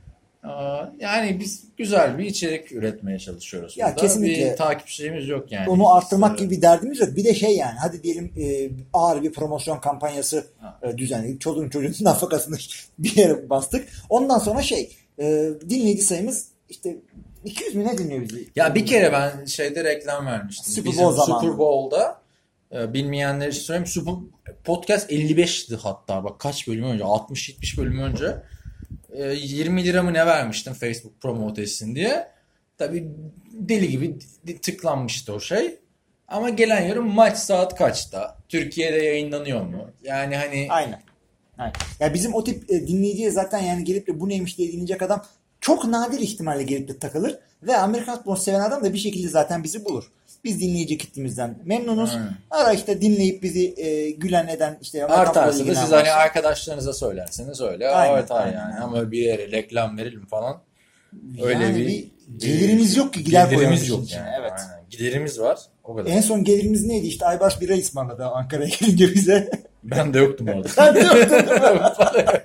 S3: Yani biz güzel bir içerik üretmeye çalışıyoruz.
S2: Ya
S3: burada.
S2: kesinlikle.
S3: Bir takipçimiz yok yani.
S2: Onu arttırmak
S3: Biz,
S2: gibi bir derdimiz yok. Bir de şey yani hadi diyelim e, ağır bir promosyon kampanyası e, düzenledik. Çoluğun çocuğun nafakasını bir yere bastık. Ondan sonra şey e, dinleyici sayımız işte iki yüz mi ne dinliyor bizi?
S3: Ya bir kere ben şeyde reklam vermiştim.
S2: Super
S3: Bizim
S2: Bowl zamanı.
S3: Super Bowl'da e, bilmeyenler için söyleyeyim. Super Podcast elli beşti hatta. Bak kaç bölüm önce? altmış yetmiş bölüm önce. E, yirmi lira mı ne vermiştim Facebook promote etsin diye. Tabii deli gibi tıklanmıştı o şey. Ama gelen yorum maç saat kaçta? Türkiye'de yayınlanıyor mu? Yani hani
S2: Aynen. Aynen. Ya bizim o tip e, dinleyiciye zaten yani gelip de bu neymiş diye dinleyecek adam çok nadir ihtimalle gelip de takılır ve Amerikan futbolu seven adam da bir şekilde zaten bizi bulur. Biz dinleyici kitlemizden memnunuz.
S3: Hmm.
S2: Ara işte dinleyip bizi e, gülen eden işte
S3: Artarsa da siz hani
S2: varsa.
S3: arkadaşlarınıza söylerseniz öyle
S2: Aynen,
S3: artar
S2: aynen,
S3: yani.
S2: aynen.
S3: Ama bir yere reklam verelim falan. Öyle
S2: Yani
S3: bir,
S2: bir gelirimiz yok ki gider koyalım
S3: gelirimiz
S2: işin
S3: yok
S2: içine.
S3: yani.
S2: Evet.
S3: Aynen. Giderimiz var. O kadar.
S2: En son gelirimiz neydi? İşte Aybars bira ısmarladı Ankara'ya gelince bize.
S3: Ben de yoktum orada.
S2: Sen de yoktun değil mi?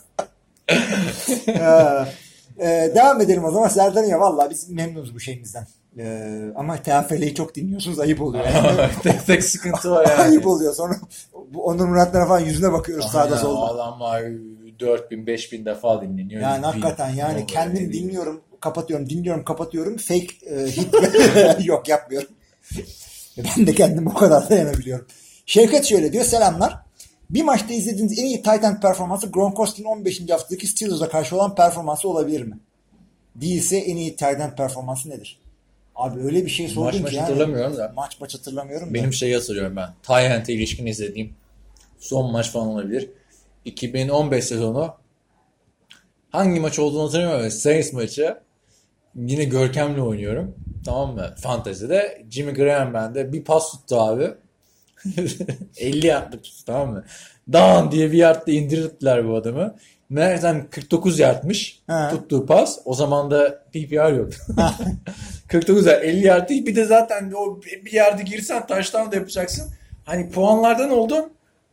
S2: Ee, devam edelim o zaman. Serdar ya vallahi biz memnunuz bu şeyimizden. Ee, ama T A F L'yi çok dinliyorsunuz. Ayıp oluyor. Yani.
S3: tek, tek sıkıntı o yani.
S2: Ayıp oluyor. Sonra bu Onur Muratlara falan yüzüne bakıyoruz sağda
S3: Aynen,
S2: solda.
S3: adamlar dört bin beş bin defa dinleniyor.
S2: Yani
S3: Bin.
S2: hakikaten yani
S3: Oldu,
S2: kendim
S3: öyle değil.
S2: dinliyorum, kapatıyorum, dinliyorum, kapatıyorum. Fake e, hit yok yapmıyorum. Ben de kendim o kadar dayanabiliyorum. Şevket şöyle diyor. Selamlar. Bir maçta izlediğiniz en iyi tight end performansı Gronkowski'nin on beşinci haftadaki Steelers'a karşı olan performansı olabilir mi? Değilse en iyi tight end performansı nedir? Abi öyle bir şey sordun
S3: Maç
S2: ki
S3: maç
S2: yani.
S3: hatırlamıyorum da.
S2: Maç maç hatırlamıyorum da.
S3: Benim şeyi hatırlıyorum ben. Tight end'e ilişkin izlediğim son maç falan olabilir. iki bin on beş sezonu hangi maç olduğunu hatırlamıyorum. Saints maçı. Yine Görkem'le oynuyorum. Tamam mı? Fantasy'de. Jimmy Graham bende. Bir pas tuttu abi. elli yardlık tuttu, tamam mı? Down diye bir yardta indirdiler bu adamı. Meğersem kırk dokuz yardmış
S2: Ha.
S3: tuttuğu pas. O zaman da P P R yoktu. kırk dokuz yard, elli yard değil. Bir de zaten o bir yardı girsen touchdown da yapacaksın. Hani puanlardan oldun.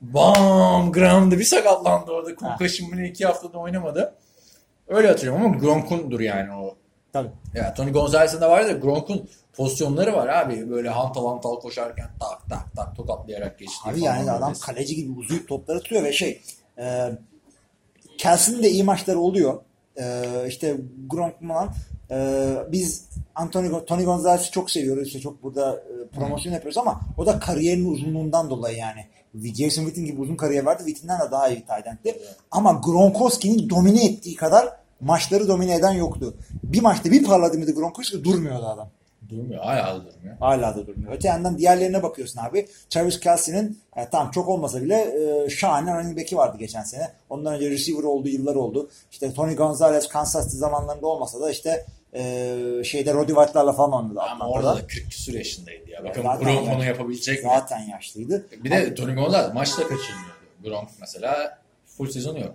S3: Bam! Graham'da bir sakatlandı orada. Concussion bunu iki haftada oynamadı. Öyle hatırlıyorum ama Gronk'undur yani o.
S2: Tabii.
S3: Ya Tony Gonzalez'in de var da Gronk'un pozisyonları var abi. Böyle hantal hantal koşarken tak tak tak tokatlayarak geçtiği
S2: Abi
S3: falan
S2: yani adam
S3: neredeyse.
S2: kaleci gibi uzayıp topları atıyor ve şey e, Kelsey'nin de iyi maçları oluyor. E, işte Gronk falan. E, biz Anthony, Tony Gonzalez'i çok seviyoruz. İşte çok burada e, promosyon yapıyoruz ama o da kariyerinin uzunluğundan dolayı yani. Jason Witten gibi uzun kariyer vardı. Witten'den de daha iyi bir tight end'ti. Ama Gronkowski'nin domine ettiği kadar maçları domine eden yoktu. Bir maçta bir parladı mıydı Gronkowski durmuyordu adam.
S3: Durmuyor. Hala da durmuyor.
S2: Hala da durmuyor. Öte yandan diğerlerine bakıyorsun abi. Travis Kelce'nin e, tamam çok olmasa bile e, şahane running back'i vardı geçen sene. Ondan önce receiver olduğu yıllar oldu. İşte Tony Gonzalez Kansas City zamanlarında olmasa da işte e, şeyde Roddy White'larla falan oynadı.
S3: Ama orada da kırk küsur yaşındaydı ya. Bakın
S2: Zaten
S3: Gronk
S2: yani.
S3: onu yapabilecek mi?
S2: Zaten yaşlıydı.
S3: Bir de Tony Gonzalez maçta kaçırmıyordu. Gronk mesela full sezonu yok.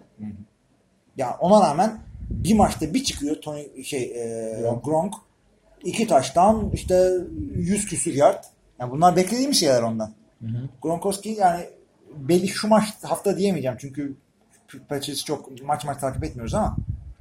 S2: Ya ona rağmen bir maçta bir çıkıyor Tony şey e,
S3: Gronk.
S2: Gronk iki taştan işte yüz küsür yard. Yani bunlar beklediğim şeyler ondan.
S3: Hı hı.
S2: Gronkowski yani belli şu maç hafta diyemeyeceğim çünkü Patriots çok maç maç takip etmiyoruz ama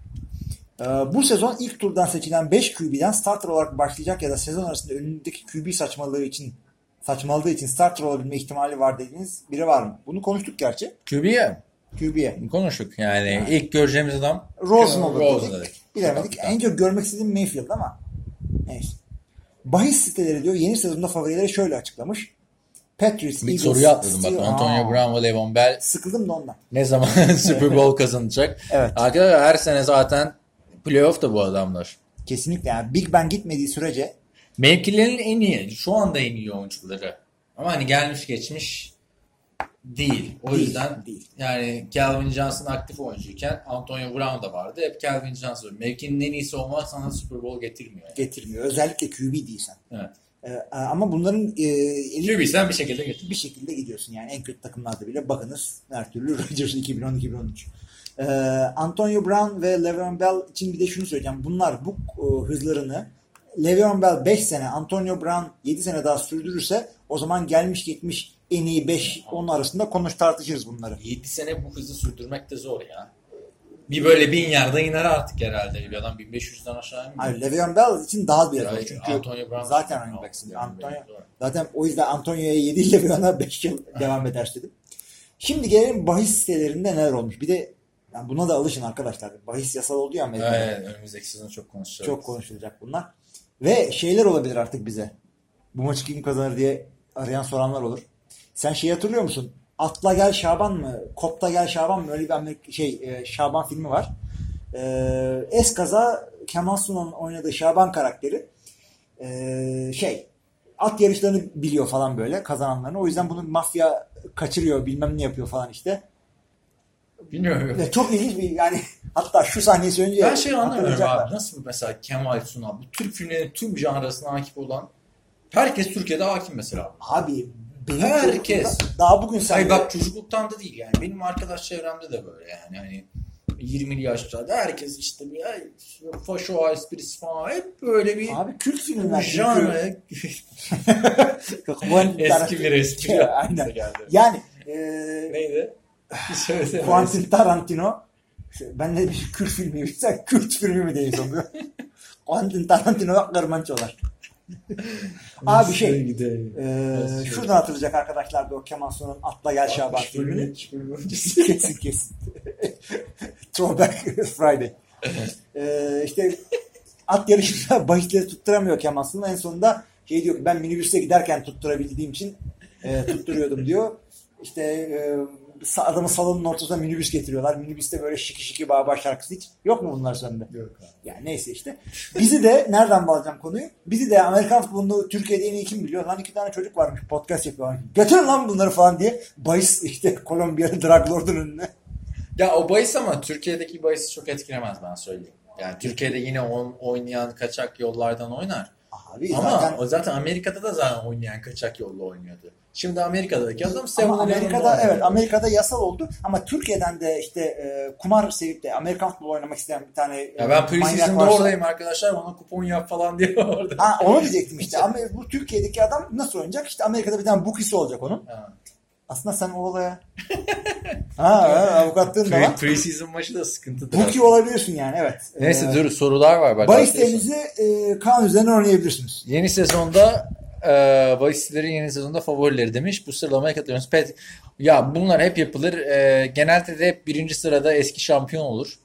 S2: e, bu sezon ilk turdan seçilen beş Q B'den starter olarak başlayacak ya da sezon arasında önündeki Q B saçmalığı için saçmaladığı için starter olabilme ihtimali var dediğiniz biri var mı? Bunu konuştuk gerçi.
S3: Q B'ye
S2: Q B'ye.
S3: konuştuk. Yani ilk göreceğimiz adam
S2: Rosen olur
S3: Rosen
S2: dedik.
S3: dedik.
S2: Bilemedik. En çok görmek istediğim Mayfield ama neyse. Bahis siteleri diyor yeni sezonda favorileri şöyle açıklamış. Patriots,
S3: Bir
S2: Eagles,
S3: soruyu atladım bak.
S2: Steelers-
S3: Antonio
S2: Aa,
S3: Brown ve Le'Veon Bell
S2: Sıkıldım da ondan.
S3: ne zaman Super Bowl kazanacak?
S2: Evet.
S3: Arkadaşlar her sene zaten playoff da bu adamlar.
S2: Kesinlikle yani Big Ben gitmediği sürece
S3: Mevkilerinin en iyi, şu anda en iyi oyuncuları. Ama hani gelmiş geçmiş değil. O
S2: Değil,
S3: yüzden
S2: değil.
S3: yani Calvin Johnson aktif oyuncuyken Antonio Brown da vardı. Hep Calvin Johnson. Mevkinin en iyisi olmak sana Super Bowl getirmiyor. Yani.
S2: getirmiyor. Özellikle Q B değilsen.
S3: Evet.
S2: Ee, ama bunların e, eli
S3: Q B'sen bir şekilde getir.
S2: bir şekilde gidiyorsun. Yani en kötü takımlarda bile bakınız her türlü Rodgers iki bin on iki bin on üç. Ee, Antonio Brown ve Le'Veon Bell için bir de şunu söyleyeceğim. Bunlar bu e, hızlarını Le'Veon Bell beş sene, Antonio Brown yedi sene daha sürdürürse o zaman gelmiş geçmiş en iyi beş on arasında konuş tartışırız bunları.
S3: yedi sene bu hızı sürdürmek de zor ya. Bir böyle bin yarda iner artık herhalde. Bir adam bin beş yüzden aşağı inmiyor.
S2: Hayır, Le'Veon Bell için daha bir zor.
S3: Yani
S2: Çünkü
S3: Antonio Brown
S2: zaten running back'sin. Antonio, zaten o yüzden Antonio'ya yedi Le'Veon'a beş yıl devam eder dedim. Şimdi gelelim bahis sitelerinde neler olmuş. Bir de yani buna da alışın arkadaşlar. Bahis yasal oldu ya Amerika'da.
S3: Evet, önümüzdeki sezon çok konuşacağız.
S2: Çok konuşulacak bunlar. Ve şeyler olabilir artık bize. Bu maçı kim kazanır diye arayan soranlar olur. Sen şey hatırlıyor musun? Atla Gel Şaban mı? Kopta Gel Şaban mı? Öyle bir Amerika, şey e, Şaban filmi var. E, eskaza Kemal Sunal'ın oynadığı Şaban karakteri e, şey at yarışlarını biliyor falan böyle kazananlarını. O yüzden bunu mafya kaçırıyor bilmem ne yapıyor falan işte.
S3: Bilmiyorum.
S2: Ve çok ilginç bir yani hatta şu sahneyi söyleyince
S3: Ben şey anlamıyorum
S2: hatırlayacaklar.
S3: abi. Nasıl mesela Kemal Sunal bu Türk filmlerinin tüm janrasına hakim olan Herkes Türkiye'de hakim mesela.
S2: Abi benim
S3: Herkes.
S2: çocuklukta- daha bugün sen
S3: Hayır
S2: de-
S3: bak çocukluktan da değil yani. Benim arkadaş çevremde de böyle yani. Hani yirmili yaşlarda herkes işte bir ay, faşo esprisi falan hep böyle bir
S2: abi kült filmler.
S3: janre. Eski bir espri.
S2: Aynen. Yani e,
S3: Neydi? Söylesene.
S2: Quentin Tarantino ben ne bir Kürt filmi sen Kürt filmi mi değil oluyor. Quentin Tarantino ve Kırmançolar. Abi şey e, şuradan hatırlayacak arkadaşlar da o Kemal Sunal'ın Atla Gel Şaban filmini. kesin kesin. Throwback Friday. E, işte at yarışında bahisleri tutturamıyor Kemal Sunal. En sonunda şey diyor ki ben minibüste giderken tutturabildiğim için e, tutturuyordum diyor. İşte e, adamı salonun ortasına minibüs getiriyorlar. Minibüste böyle şiki şiki bağ şarkısı hiç yok mu bunlar sende?
S3: Yok abi.
S2: Yani neyse işte. Bizi de nereden bağlayacağım konuyu? Bizi de Amerikan futbolunu Türkiye'de en iyi kim biliyor? Lan iki tane çocuk varmış podcast yapıyorlar. Götürün lan bunları falan diye. Bahis işte Kolombiyalı Drug Lord'un önüne.
S3: Ya o bahis ama Türkiye'deki bahisi çok etkilemez ben söyleyeyim. Yani Türkiye'de yine on, oynayan kaçak yollardan oynar.
S2: Abi
S3: Ama
S2: zaten
S3: o zaten Amerika'da da zaten oynayan kaçak yolla oynuyordu. Şimdi Amerika'daki adam
S2: ama
S3: seven
S2: Amerika'da evet Amerika'da yasal oldu ama Türkiye'den de işte e, kumar sevip de Amerikan futbolu oynamak isteyen bir tane
S3: Ya ben
S2: e,
S3: pre-season'da
S2: manyak varsa-
S3: oradayım arkadaşlar bana kupon yap falan diye orada.
S2: Ha onu diyecektim işte. Ama bu Türkiye'deki adam nasıl oynayacak? İşte Amerika'da bir tane bookie'si olacak onun.
S3: Ha.
S2: Aslında sen o olaya ha, ha avukatlığın da var.
S3: Pre- Pre-season maçı da sıkıntıdır.
S2: Bookie olabiliyorsun yani evet.
S3: Neyse
S2: Ee,
S3: dur sorular var. Bak,
S2: Bahislerinizi e, Kaan üzerinden oynayabilirsiniz.
S3: Yeni sezonda e, bahislerin yeni sezonda favorileri demiş. Bu sıralamaya katılıyoruz. Pet, ya bunlar hep yapılır. E, genelde de hep birinci sırada eski şampiyon olur.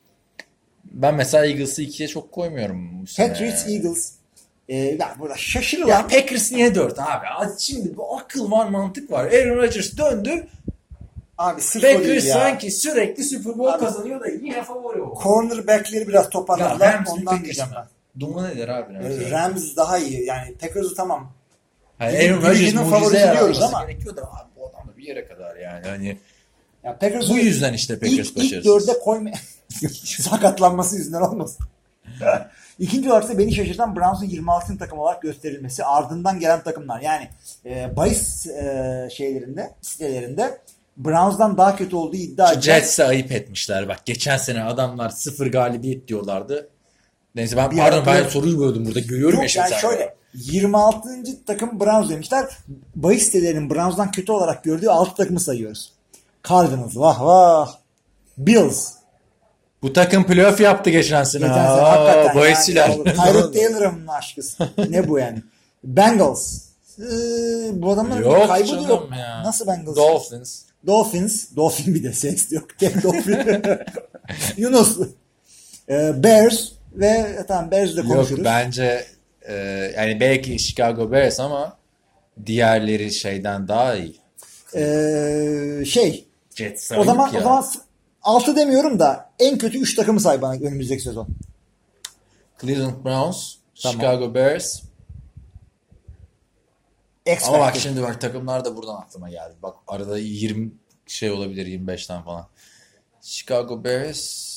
S3: Ben mesela Eagles'ı ikiye çok koymuyorum bu sene.
S2: Patriots, Eagles. E, ya burada şaşırılan.
S3: Ya Packers niye dört abi? Az Şimdi bu akıl var mantık var. Aaron Rodgers döndü.
S2: Abi sırf o değil
S3: Packers
S2: ya.
S3: sanki sürekli Super Bowl
S2: Abi,
S3: kazanıyor da yine favori oldu.
S2: Cornerback'leri biraz
S3: Ya
S2: toparladılar.
S3: Rams mi
S2: Ondan
S3: Packers
S2: diyeceğim
S3: mi?
S2: ben.
S3: Duman eder abi.
S2: E, Rams daha iyi. Yani Packers'ı tamam.
S3: Yani
S2: Bizim
S3: Aaron Rodgers
S2: division'ın
S3: mucize
S2: favorisi diyoruz
S3: yaratması
S2: ama-
S3: gerekiyor da abi bu adam da bir yere kadar yani. Hani
S2: Ya Packers'ı
S3: bu yüzden işte Packers
S2: ilk, ilk
S3: başarısız.
S2: dörde koyma. Sakatlanması yüzünden olmasın. İkinci olarak da beni şaşırtan Browns'un yirmi altıncı takım olarak gösterilmesi. Ardından gelen takımlar. Yani e, bahis e, şeylerinde, sitelerinde Browns'dan daha kötü olduğu iddia
S3: Şu
S2: edilen.
S3: Jets'e ayıp etmişler. Bak geçen sene adamlar sıfır galibiyet diyorlardı. Neyse ben
S2: Bir
S3: pardon
S2: ara-
S3: ben soruyu böldüm burada. Görüyorum
S2: Yok
S3: ya şimdi
S2: yani
S3: sen.
S2: şöyle yirmi altıncı takım Browns demişler. Bahis sitelerinin Browns'dan kötü olarak gördüğü altı takımı sayıyoruz. Cardinals vah vah. Bills.
S3: Bu takım playoff yaptı geçen sene.
S2: Geçen sene
S3: Aa,
S2: hakikaten
S3: bahisçiler.
S2: yani. Tyrod Taylor'ın aşkısı. Ne bu yani? Bengals. Ee, bu adamlar
S3: Yok
S2: kaybı da
S3: canım
S2: yok.
S3: ya.
S2: Nasıl Bengals?
S3: Dolphins.
S2: Dolphins. Dolphin bir de seks yok. Tek Dolphin. Yunus. Ee, Bears ve tamam Bears'le konuşuruz.
S3: Yok bence e, yani belki Chicago Bears ama diğerleri şeyden daha iyi.
S2: Ee, şey
S3: Jets
S2: o zaman
S3: ya.
S2: o zaman altı demiyorum da en kötü üç takımı say bana önümüzdeki sezon.
S3: Cleveland Browns,
S2: Tamam.
S3: Chicago Bears.
S2: X
S3: Ama bak
S2: Factor.
S3: şimdi bak takımlar da buradan aklıma geldi. Bak arada yirmi şey olabilir yirmi beşten falan. Chicago Bears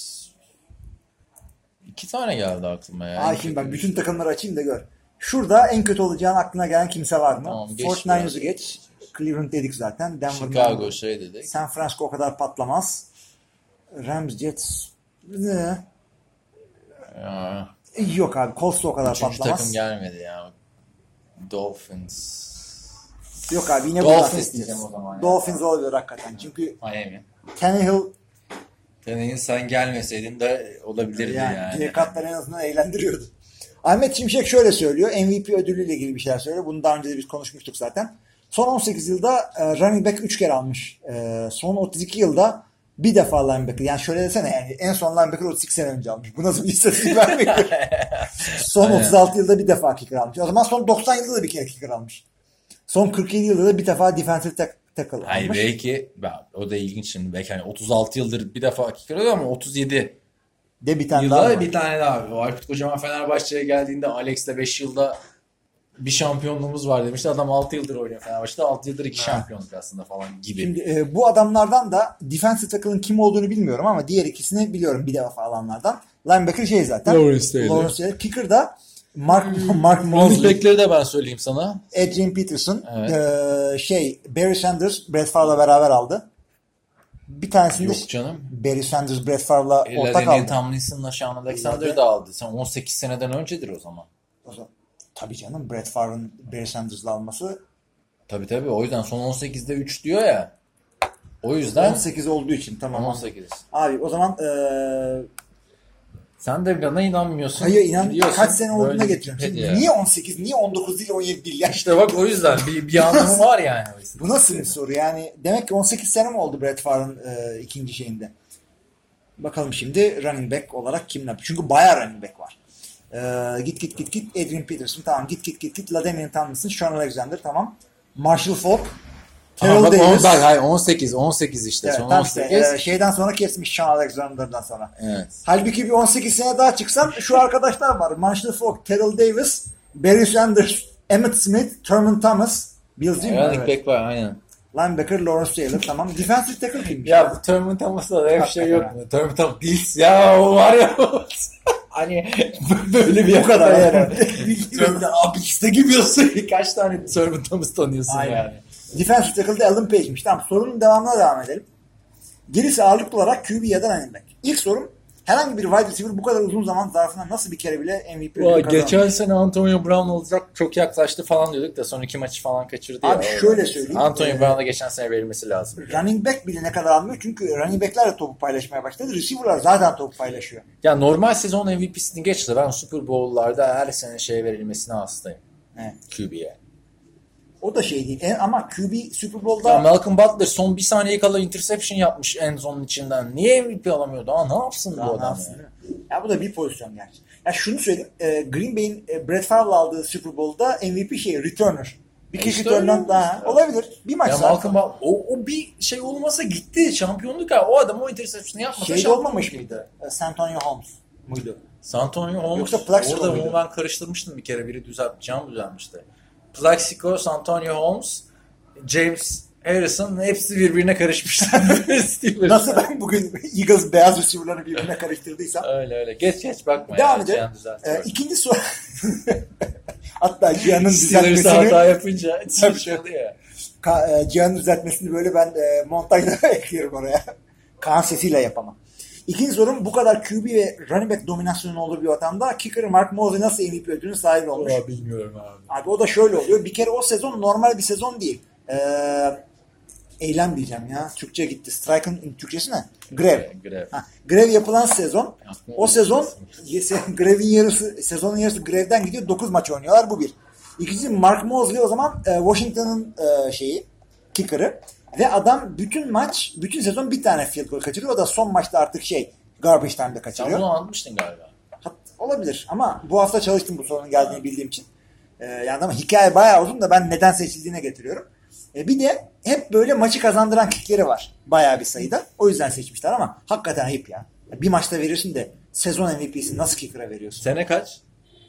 S3: iki tane geldi aklıma ya.
S2: Aa, şimdi bak bütün takımları açayım da gör. Şurada en kötü olacağın aklına gelen kimse var mı?
S3: Tamam, geç
S2: Forty Niners'ı
S3: biraz.
S2: geç. Cleveland dedik zaten. Denver,
S3: Chicago şey dedik.
S2: San Francisco o kadar patlamaz. Rams, Jets. Ne?
S3: Ya,
S2: Yok abi. Colts da o kadar
S3: üçüncü
S2: patlamaz.
S3: takım gelmedi ya. Dolphins.
S2: Yok abi yine
S3: Dolphins
S2: buradan
S3: diyeceğim
S2: seçeceğiz.
S3: o zaman ya.
S2: Dolphins olabilir hakikaten. Çünkü
S3: Miami.
S2: Tannehill
S3: Senin sen gelmeseydin de olabilirdi
S2: yani,
S3: yani.
S2: yani. katlar en azından eğlendiriyordu. Ahmet Şimşek şöyle söylüyor. M V P ödülüyle ilgili bir şeyler söylüyor. Bunu daha önce de biz konuşmuştuk zaten. Son on sekiz yılda e, running back üç kere almış. E, son otuz iki yılda bir defa linebacker. Yani şöyle desene yani en son linebacker otuz iki sene önce almış. Bu nasıl bir istatistik vermek? Son otuz altı yılda bir defa kicker almış. O zaman son doksan yılda da bir kere kicker almış. Son kırk yedi yılda da bir defa defensive tack- tackle almış.
S3: Hayır belki ben- o da ilginç şimdi. Belki hani otuz altı yıldır bir defa kicker alıyor ama otuz yedi
S2: De bir tane daha
S3: yılda
S2: var.
S3: bir tane daha. O Aykut Kocaman Fenerbahçe'ye geldiğinde Alex'le beş yılda bir şampiyonluğumuz var demişti. Adam altı yıldır oynuyor Fenerbahçe'de. altı yıldır iki şampiyonluk aslında falan gibi.
S2: Şimdi e, bu adamlardan da defensive tackle'ın kim olduğunu bilmiyorum ama diğer ikisini biliyorum bir defa alanlardan. Linebacker şey zaten.
S3: Lawrence Taylor.
S2: Lawrence Taylor. Kicker da Mark Mark
S3: Running
S2: Mosley,
S3: back'leri de ben söyleyeyim sana.
S2: Adrian Peterson,
S3: Evet.
S2: eee, şey Barry Sanders, Brett Favre'la beraber aldı. Bir tanesini de
S3: Yok canım.
S2: Barry Sanders, Brett Favre'la ortak
S3: Daniel
S2: aldı.
S3: Tomlinson'la Sean Alexander da aldı. Sen on sekiz seneden öncedir o zaman.
S2: O zaman, tabii canım Brett Favre'ın Barry Sanders'la alması
S3: Tabii tabii. O yüzden son on sekizde üç diyor ya. O yüzden
S2: on sekiz olduğu için tamam.
S3: on sekiz.
S2: Abi o zaman eee
S3: Sen de bana inanmıyorsun.
S2: hayır inan
S3: Biliyorsun,
S2: kaç sene olduğuna
S3: böyle
S2: getiriyorum. Şimdi
S3: Wikipedia.
S2: niye on sekiz, niye on dokuz değil on yedi değil ya?
S3: İşte bak o yüzden bir, bir anlamı var yani.
S2: Bu nasıl bir soru yani? Demek ki on sekiz sene mi oldu Brett Favre'ın e, ikinci şeyinde? Bakalım şimdi running back olarak kimler? Çünkü bayağı running back var. E, git git git git Adrian Peterson tamam, git git git git LaDainian Tomlinson, Sean Alexander tamam. Marshall Falk,
S3: Ama
S2: Terrell
S3: bak, on,
S2: Davis.
S3: bak hayır on sekiz on sekiz işte.
S2: Evet,
S3: Son
S2: tam
S3: on
S2: işte,
S3: sekiz.
S2: e, şeyden sonra kesmiş Sean Alexander'dan sonra.
S3: Evet.
S2: Halbuki bir on sekiz sene daha çıksan şu arkadaşlar var. Marshall Falk, Terrell Davis, Barry Sanders, Emmitt Smith, Thurman Thomas, Bills değil mi?
S3: Running
S2: Evet.
S3: back var aynen.
S2: Linebacker Lawrence Taylor tamam. Defensive tackle kimmiş?
S3: Ya bu Thurman Thomas'ta da hep şey yok mu? Thurman Thomas Bills ya o var ya. Hani böyle bir
S2: Bu kadar
S3: yani.
S2: yani.
S3: Thurman abi işte gibiyorsun. Kaç tane Thurman Thomas tanıyorsun
S2: Aynen.
S3: yani.
S2: Defensive tackle'da Alan Page'miş. Tamam, sorunun devamına devam edelim. Gerisi ağırlıklı olarak Q B ya da running back. İlk sorum, herhangi bir wide receiver bu kadar uzun zaman zarfında nasıl bir kere bile M V P
S3: Vay,
S2: ödülü kazandı?
S3: geçen sene Antonio Brown olacak çok yaklaştı falan diyorduk da son iki maçı falan kaçırdı
S2: Abi
S3: ya.
S2: şöyle söyleyeyim.
S3: Antonio
S2: Ee,
S3: Brown'a geçen sene verilmesi lazım.
S2: Running back bile ne kadar almıyor çünkü running back'ler de topu paylaşmaya başladı. Receiver'lar zaten topu paylaşıyor.
S3: Ya normal sezon M V P'sini geçti. Ben Super Bowl'larda her sene şey verilmesine hastayım.
S2: Evet.
S3: Q B'ye.
S2: O da şey değil. En, ama Q B Super
S3: Ya
S2: Bowl'da
S3: Malcolm Butler son bir saniye kala interception yapmış end zone'un içinden. Niye M V P alamıyordu? Aa, ne yapsın bu
S2: Daha ne
S3: adam
S2: yapsın,
S3: ya?
S2: değil mi? Ya bu da bir pozisyon gerçi. Ya şunu söyleyeyim. E, Green Bay'in e, Brett Favre'la aldığı Super Bowl'da M V P şey returner. Bir kişi
S3: İşte
S2: returner
S3: öyle.
S2: daha.
S3: İşte.
S2: Olabilir. Bir maç
S3: Ya
S2: zaten.
S3: Malcolm Butler o, o bir şey olmasa gitti. Şampiyonluk ha. O adam o interception'ı yapmasa
S2: Şeyde
S3: şampiyon
S2: olmamış
S3: olurdu.
S2: mıydı? E, Santonio Holmes muydu?
S3: Santonio Holmes.
S2: Yoksa Plaxico
S3: Orada
S2: muydu?
S3: onu ben karıştırmıştım bir kere. Biri düzelt, cam düzelmişti. Plaxico, Santonio Holmes, James Harrison hepsi birbirine karışmıştı. Steelers.
S2: Nasıl ben bugün Eagles beyaz receiver'larını birbirine karıştırdıysam.
S3: Öyle öyle. Geç geç bakma
S2: Devam
S3: ya.
S2: edelim.
S3: Cihan düzeltiyor.
S2: E, ikinci soru. Hatta Cihan'ın
S3: Steelers'a
S2: düzeltmesini
S3: hata yapınca şey oluyor ya.
S2: Ka- e, Cihan'ın düzeltmesini böyle ben e, montajda ekliyorum oraya. Kaan sesiyle yapamam. İkinci sorum, bu kadar Q B ve running back dominasyonun olduğu bir ortamda kicker Mark Mosley nasıl M V P ödülünün sahibi olmuş?
S3: Aa, bilmiyorum abi.
S2: Abi o da şöyle oluyor. Bir kere o sezon normal bir sezon değil. Ee, eylem diyeceğim ya. Türkçe gitti. Strike'ın Türkçesi ne? Grev.
S3: Grev.
S2: Ha, grev yapılan sezon.
S3: Aklıma
S2: O sezon
S3: oldu.
S2: grevin yarısı, sezonun yarısı grevden gidiyor. dokuz maç oynuyorlar. Bu bir. İkincisi, Mark Mosley o zaman e, Washington'ın e, şeyi, kicker'ı. Ve adam bütün maç, bütün sezon bir tane field goal kaçırıyor. O da son maçta artık şey, garbage time'da
S3: Sen
S2: kaçırıyor.
S3: bunu anlatmıştın galiba.
S2: Hat- Olabilir ama bu hafta çalıştım bu sorunun geldiğini bildiğim için. Ee, yani ama hikaye bayağı uzun da ben neden seçildiğine getiriyorum. Ee, bir de hep böyle maçı kazandıran kickleri var. Bayağı bir sayıda. O yüzden seçmişler ama hakikaten ayıp ya. Bir maçta verirsin de sezon M V P'sini nasıl kicker'a veriyorsun?
S3: Sene kaç?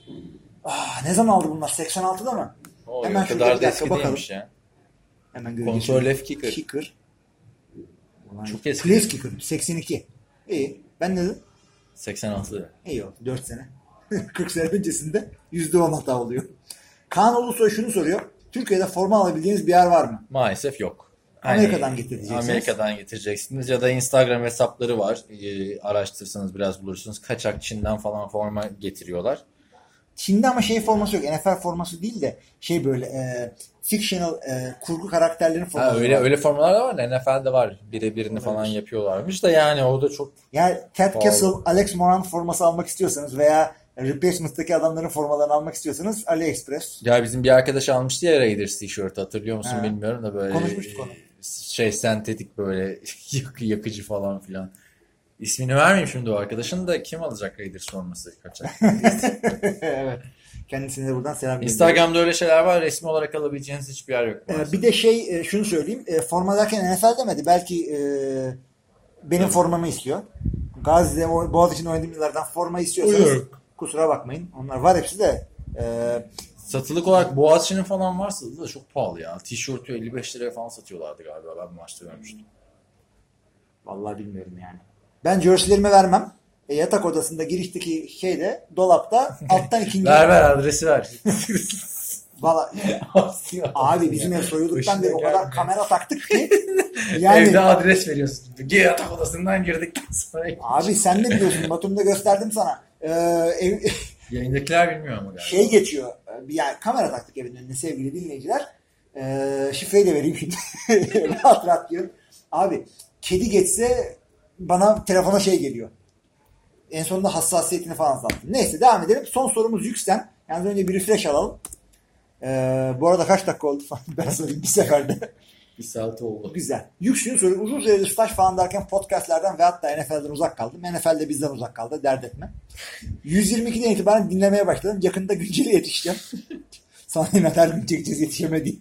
S2: Ah, ne zaman aldı bunlar? seksen altıda mı?
S3: O
S2: Hemen
S3: o
S2: şurada
S3: kadar
S2: bir
S3: da
S2: dakika
S3: eski
S2: bakalım.
S3: değilmiş ya.
S2: Hemen göreceğim.
S3: Kontrol F kicker.
S2: Kicker. Ulan,
S3: Çok eski.
S2: Place kicker. seksen iki. İyi. Ben ne dedim?
S3: seksen altı.
S2: İyi oldu. dört sene. kırk sene öncesinde yüzde on hata oluyor. Kaan Ulusoy şunu soruyor. Türkiye'de forma alabildiğiniz bir yer var mı?
S3: Maalesef yok.
S2: Amerika'dan getireceksiniz.
S3: Amerika'dan getireceksiniz ya da Instagram hesapları var. Ee, araştırsanız biraz bulursunuz. Kaçak Çin'den falan forma getiriyorlar.
S2: Çin'de ama şey forması yok. N F L forması değil de şey böyle e, fictional e, kurgu karakterlerin
S3: Ha,
S2: forması
S3: öyle
S2: var.
S3: öyle formalar da var da N F L'de var. Birebirini falan yapıyorlarmış da yani o da çok
S2: Yani Ted
S3: Pahalı.
S2: Castle, Alex Moran forması almak istiyorsanız veya Replacement'taki adamların formalarını almak istiyorsanız AliExpress.
S3: ya bizim bir arkadaş almıştı ya Raiders tişörtü hatırlıyor musun
S2: Ha.
S3: bilmiyorum da böyle
S2: Konuşmuştuk onu.
S3: şey sentetik böyle yak- yakıcı falan filan. İsmini vermeyeyim şimdi o arkadaşın da kim alacak Raiders forması kaçak?
S2: Evet. Kendisine de buradan selam gönderiyorum.
S3: Instagram'da öyle şeyler var. Resmi olarak alabileceğiniz hiçbir yer yok.
S2: Ee, bir de şey e, şunu söyleyeyim. E, forma derken N F L demedi. Belki e, benim formamı istiyor. Gazi'de o- Boğaziçi'nde oynadığım yıllardan forma istiyorsanız
S3: Yok.
S2: kusura bakmayın. Onlar var hepsi de. E,
S3: Satılık olarak Boğaziçi'nin falan varsa da çok pahalı ya. Tişörtü elli beş liraya falan satıyorlardı galiba. Ben maçta görmüştüm.
S2: vallahi bilmiyorum yani. Ben jerseylerimi vermem. E, yatak odasında girişteki şeyde dolapta alttan ikinci.
S3: Ver ver adresi ver.
S2: Valla abi bizim ev soyulduktan beri o kadar
S3: gelme.
S2: kamera taktık ki yani
S3: Evde adres veriyorsun. Gir yatak odasından girdikten sonra.
S2: abi sen ne biliyorsun? Batum'da gösterdim sana. Ee, ev,
S3: Yayındakiler bilmiyor ama galiba.
S2: şey geçiyor. Yani kamera taktık evin önüne sevgili dinleyiciler. Ee, şifreyi de vereyim şimdi. rahat rahat diyorum. Abi kedi geçse bana telefona şey geliyor. En sonunda hassasiyetini falan azalttım. Neyse devam edelim. Son sorumuz Yüksel. Yani önce bir refresh alalım. Ee, bu arada kaç dakika oldu falan ben söyleyeyim bir seferde.
S3: Bir saat oldu.
S2: Güzel. Yüksel'in soruyu uzun süredir staj falan derken podcastlerden ve hatta N F L'den uzak kaldım. N F L de bizden uzak kaldı. Dert etme. yüz yirmi ikiden itibaren dinlemeye başladım. Yakında güncele yetişeceğim. Sana yine her gün çekeceğiz yetişemediğim.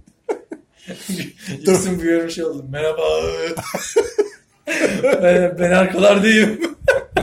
S3: Dursun bir şey oldum. Merhaba. ben, ben arkalardayım.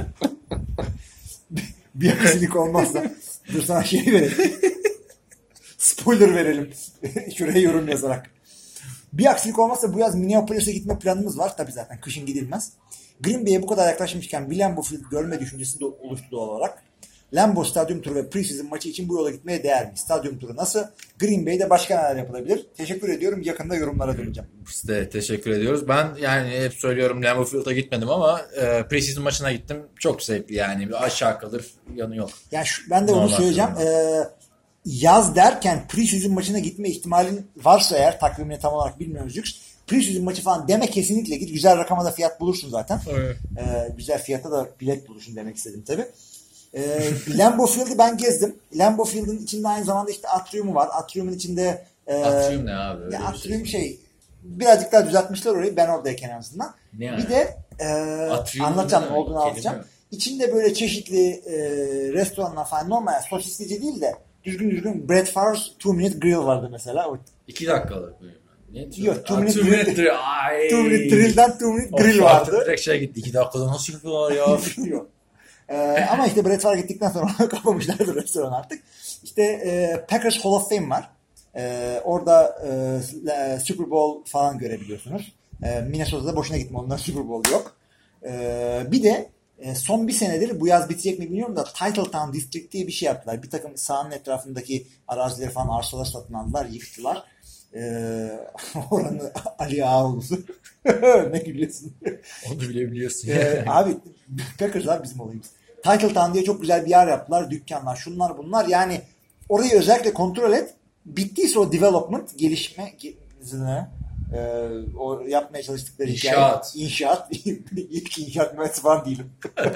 S2: Bir aksilik olmazsa dur sana şey verelim. Spoiler verelim. Şuraya yorum yazarak. Bir aksilik olmazsa bu yaz Minneapolis'e gitme planımız var. Tabii zaten kışın gidilmez. Green Bay'e bu kadar yaklaşmışken bir Lambeau Field görme düşüncesi de oluştu doğal olarak. Lambeau Stadyum turu ve preseason maçı için bu yola gitmeye değer mi? Stadyum turu nasıl? Green Bay'de başka neler yapılabilir? Teşekkür ediyorum. Yakında yorumlara döneceğim.
S3: Biz de teşekkür ediyoruz. Ben yani hep söylüyorum Lambeau Field'a gitmedim ama e, preseason maçına gittim. Çok zevkli yani. Bir aşağı kalır yanı yok.
S2: Yani şu, ben de onu
S3: Normal
S2: söyleyeceğim. Ee, yaz derken preseason maçına gitme ihtimalin varsa eğer takvimini tam olarak bilmiyoruz Yüks. Preseason maçı falan deme kesinlikle git. Güzel rakama da fiyat bulursun zaten.
S3: Evet.
S2: Ee, güzel fiyata da bilet bulursun demek istedim tabii. Ee, Lambeau Field'i ben gezdim. Lambeau Field'in içinde aynı zamanda işte atriumu var. Atriumun içinde e,
S3: Atrium ne abi? Öyle
S2: ya
S3: bir
S2: atrium şey birazcık daha düzeltmişler orayı ben oradayken en azından.
S3: Ne yani?
S2: Bir de e,
S3: Atrium
S2: anlatacağım
S3: ne
S2: ne olduğunu
S3: demek?
S2: anlatacağım.
S3: Kelime.
S2: İçinde böyle çeşitli e, restoranlar falan normal sosislici değil de düzgün düzgün Brett Favre's two minute grill vardı mesela. O
S3: İki dakikalık böyle. Ne diyor?
S2: Yok, two
S3: Aa,
S2: minute
S3: two
S2: grill.
S3: minute grill. Ay.
S2: two minute grill'den two minute
S3: Of,
S2: grill
S3: artık
S2: vardı.
S3: direkt şey gitti. İki dakikada nasıl yapıyorlar ya?
S2: Yok. Ee, ama işte Brett Favre gittikten sonra kapamışlardı restoran artık. İşte e, Packers Hall of Fame var. E, orada e, Super Bowl falan görebiliyorsunuz. E, Minnesota'da boşuna gitme ondan Super Bowl yok. E, bir de e, son bir senedir bu yaz bitecek mi bilmiyorum da Titletown District diye bir şey yaptılar. Bir takım sahanın etrafındaki arazileri falan arsalar satın aldılar, yıktılar. Ee, oranı Ali Ağaoğlu'su. Ne gülüyorsun?
S3: Onu bile biliyorsun.
S2: ee, abi Packers abi bizim olayımız. Titletown diye çok güzel bir yer yaptılar. Dükkanlar, şunlar bunlar. Yani orayı özellikle kontrol et. Bittiyse o development, gelişme ge- e, o yapmaya çalıştıkları
S3: İnşaat.
S2: hikaye. İnşaat. İlk inşaat mühendisi falan değilim.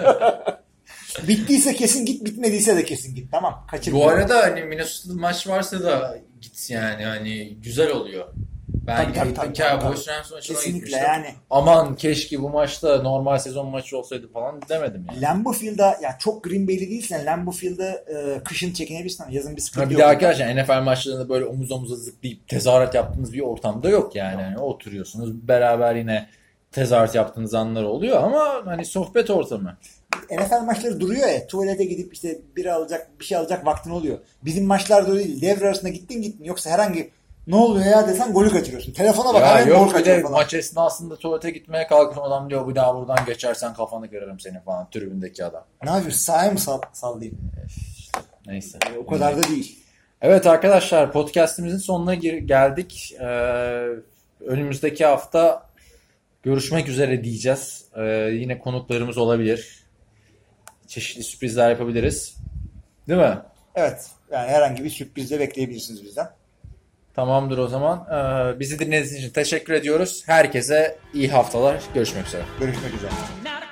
S2: Bittiyse kesin git, bitmediyse de kesin git. Tamam. Kaçırma.
S3: Bu arada hani Minnesota'da maç varsa da git yani hani güzel oluyor. Ben
S2: Tabii, tabii, tabii,
S3: Cowboys
S2: tabii.
S3: Rams maçına
S2: Kesinlikle
S3: gitmiştim.
S2: yani.
S3: Aman keşke bu maçta normal sezon maçı olsaydı falan demedim yani.
S2: Lambeau Field'a ya çok Green Bay'li değilsen Lambeau Field'a e, kışın çekinebilirsin ama yazın bir sıkıntı
S3: Ha, bir
S2: yok.
S3: de arkadaşlar N F L maçlarında böyle omuz omuza zıplayıp tezahürat yaptığınız bir ortamda yok yani. Yani oturuyorsunuz beraber yine tezahürat yaptığınız anlar oluyor ama hani sohbet ortamı.
S2: N F L maçları duruyor ya tuvalete gidip işte biri alacak bir şey alacak vaktin oluyor. Bizim maçlarda öyle değil. Devre arasında gittin gittin yoksa herhangi ne oluyor ya desen golü kaçırıyorsun. Telefona bak
S3: Ya
S2: hemen gol
S3: yok bir
S2: kaçıyor
S3: de
S2: falan.
S3: maç esnasında tuvalete gitmeye kalkın adam diyor bir daha buradan geçersen kafanı kırarım senin falan tribündeki adam.
S2: Ne yapıyorsun? Sahaya mı sal- sallayayım?
S3: Neyse.
S2: E, o kadar da değil.
S3: Evet arkadaşlar podcastimizin sonuna gir- geldik. Ee, önümüzdeki hafta görüşmek üzere diyeceğiz. Ee, yine konuklarımız olabilir. Çeşitli sürprizler yapabiliriz. Değil mi?
S2: Evet. Yani herhangi bir sürpriz de bekleyebilirsiniz bizden.
S3: Tamamdır o zaman. Ee, bizi dinlediğiniz için teşekkür ediyoruz. Herkese iyi haftalar. Görüşmek üzere.
S2: Görüşmek üzere.
S4: Now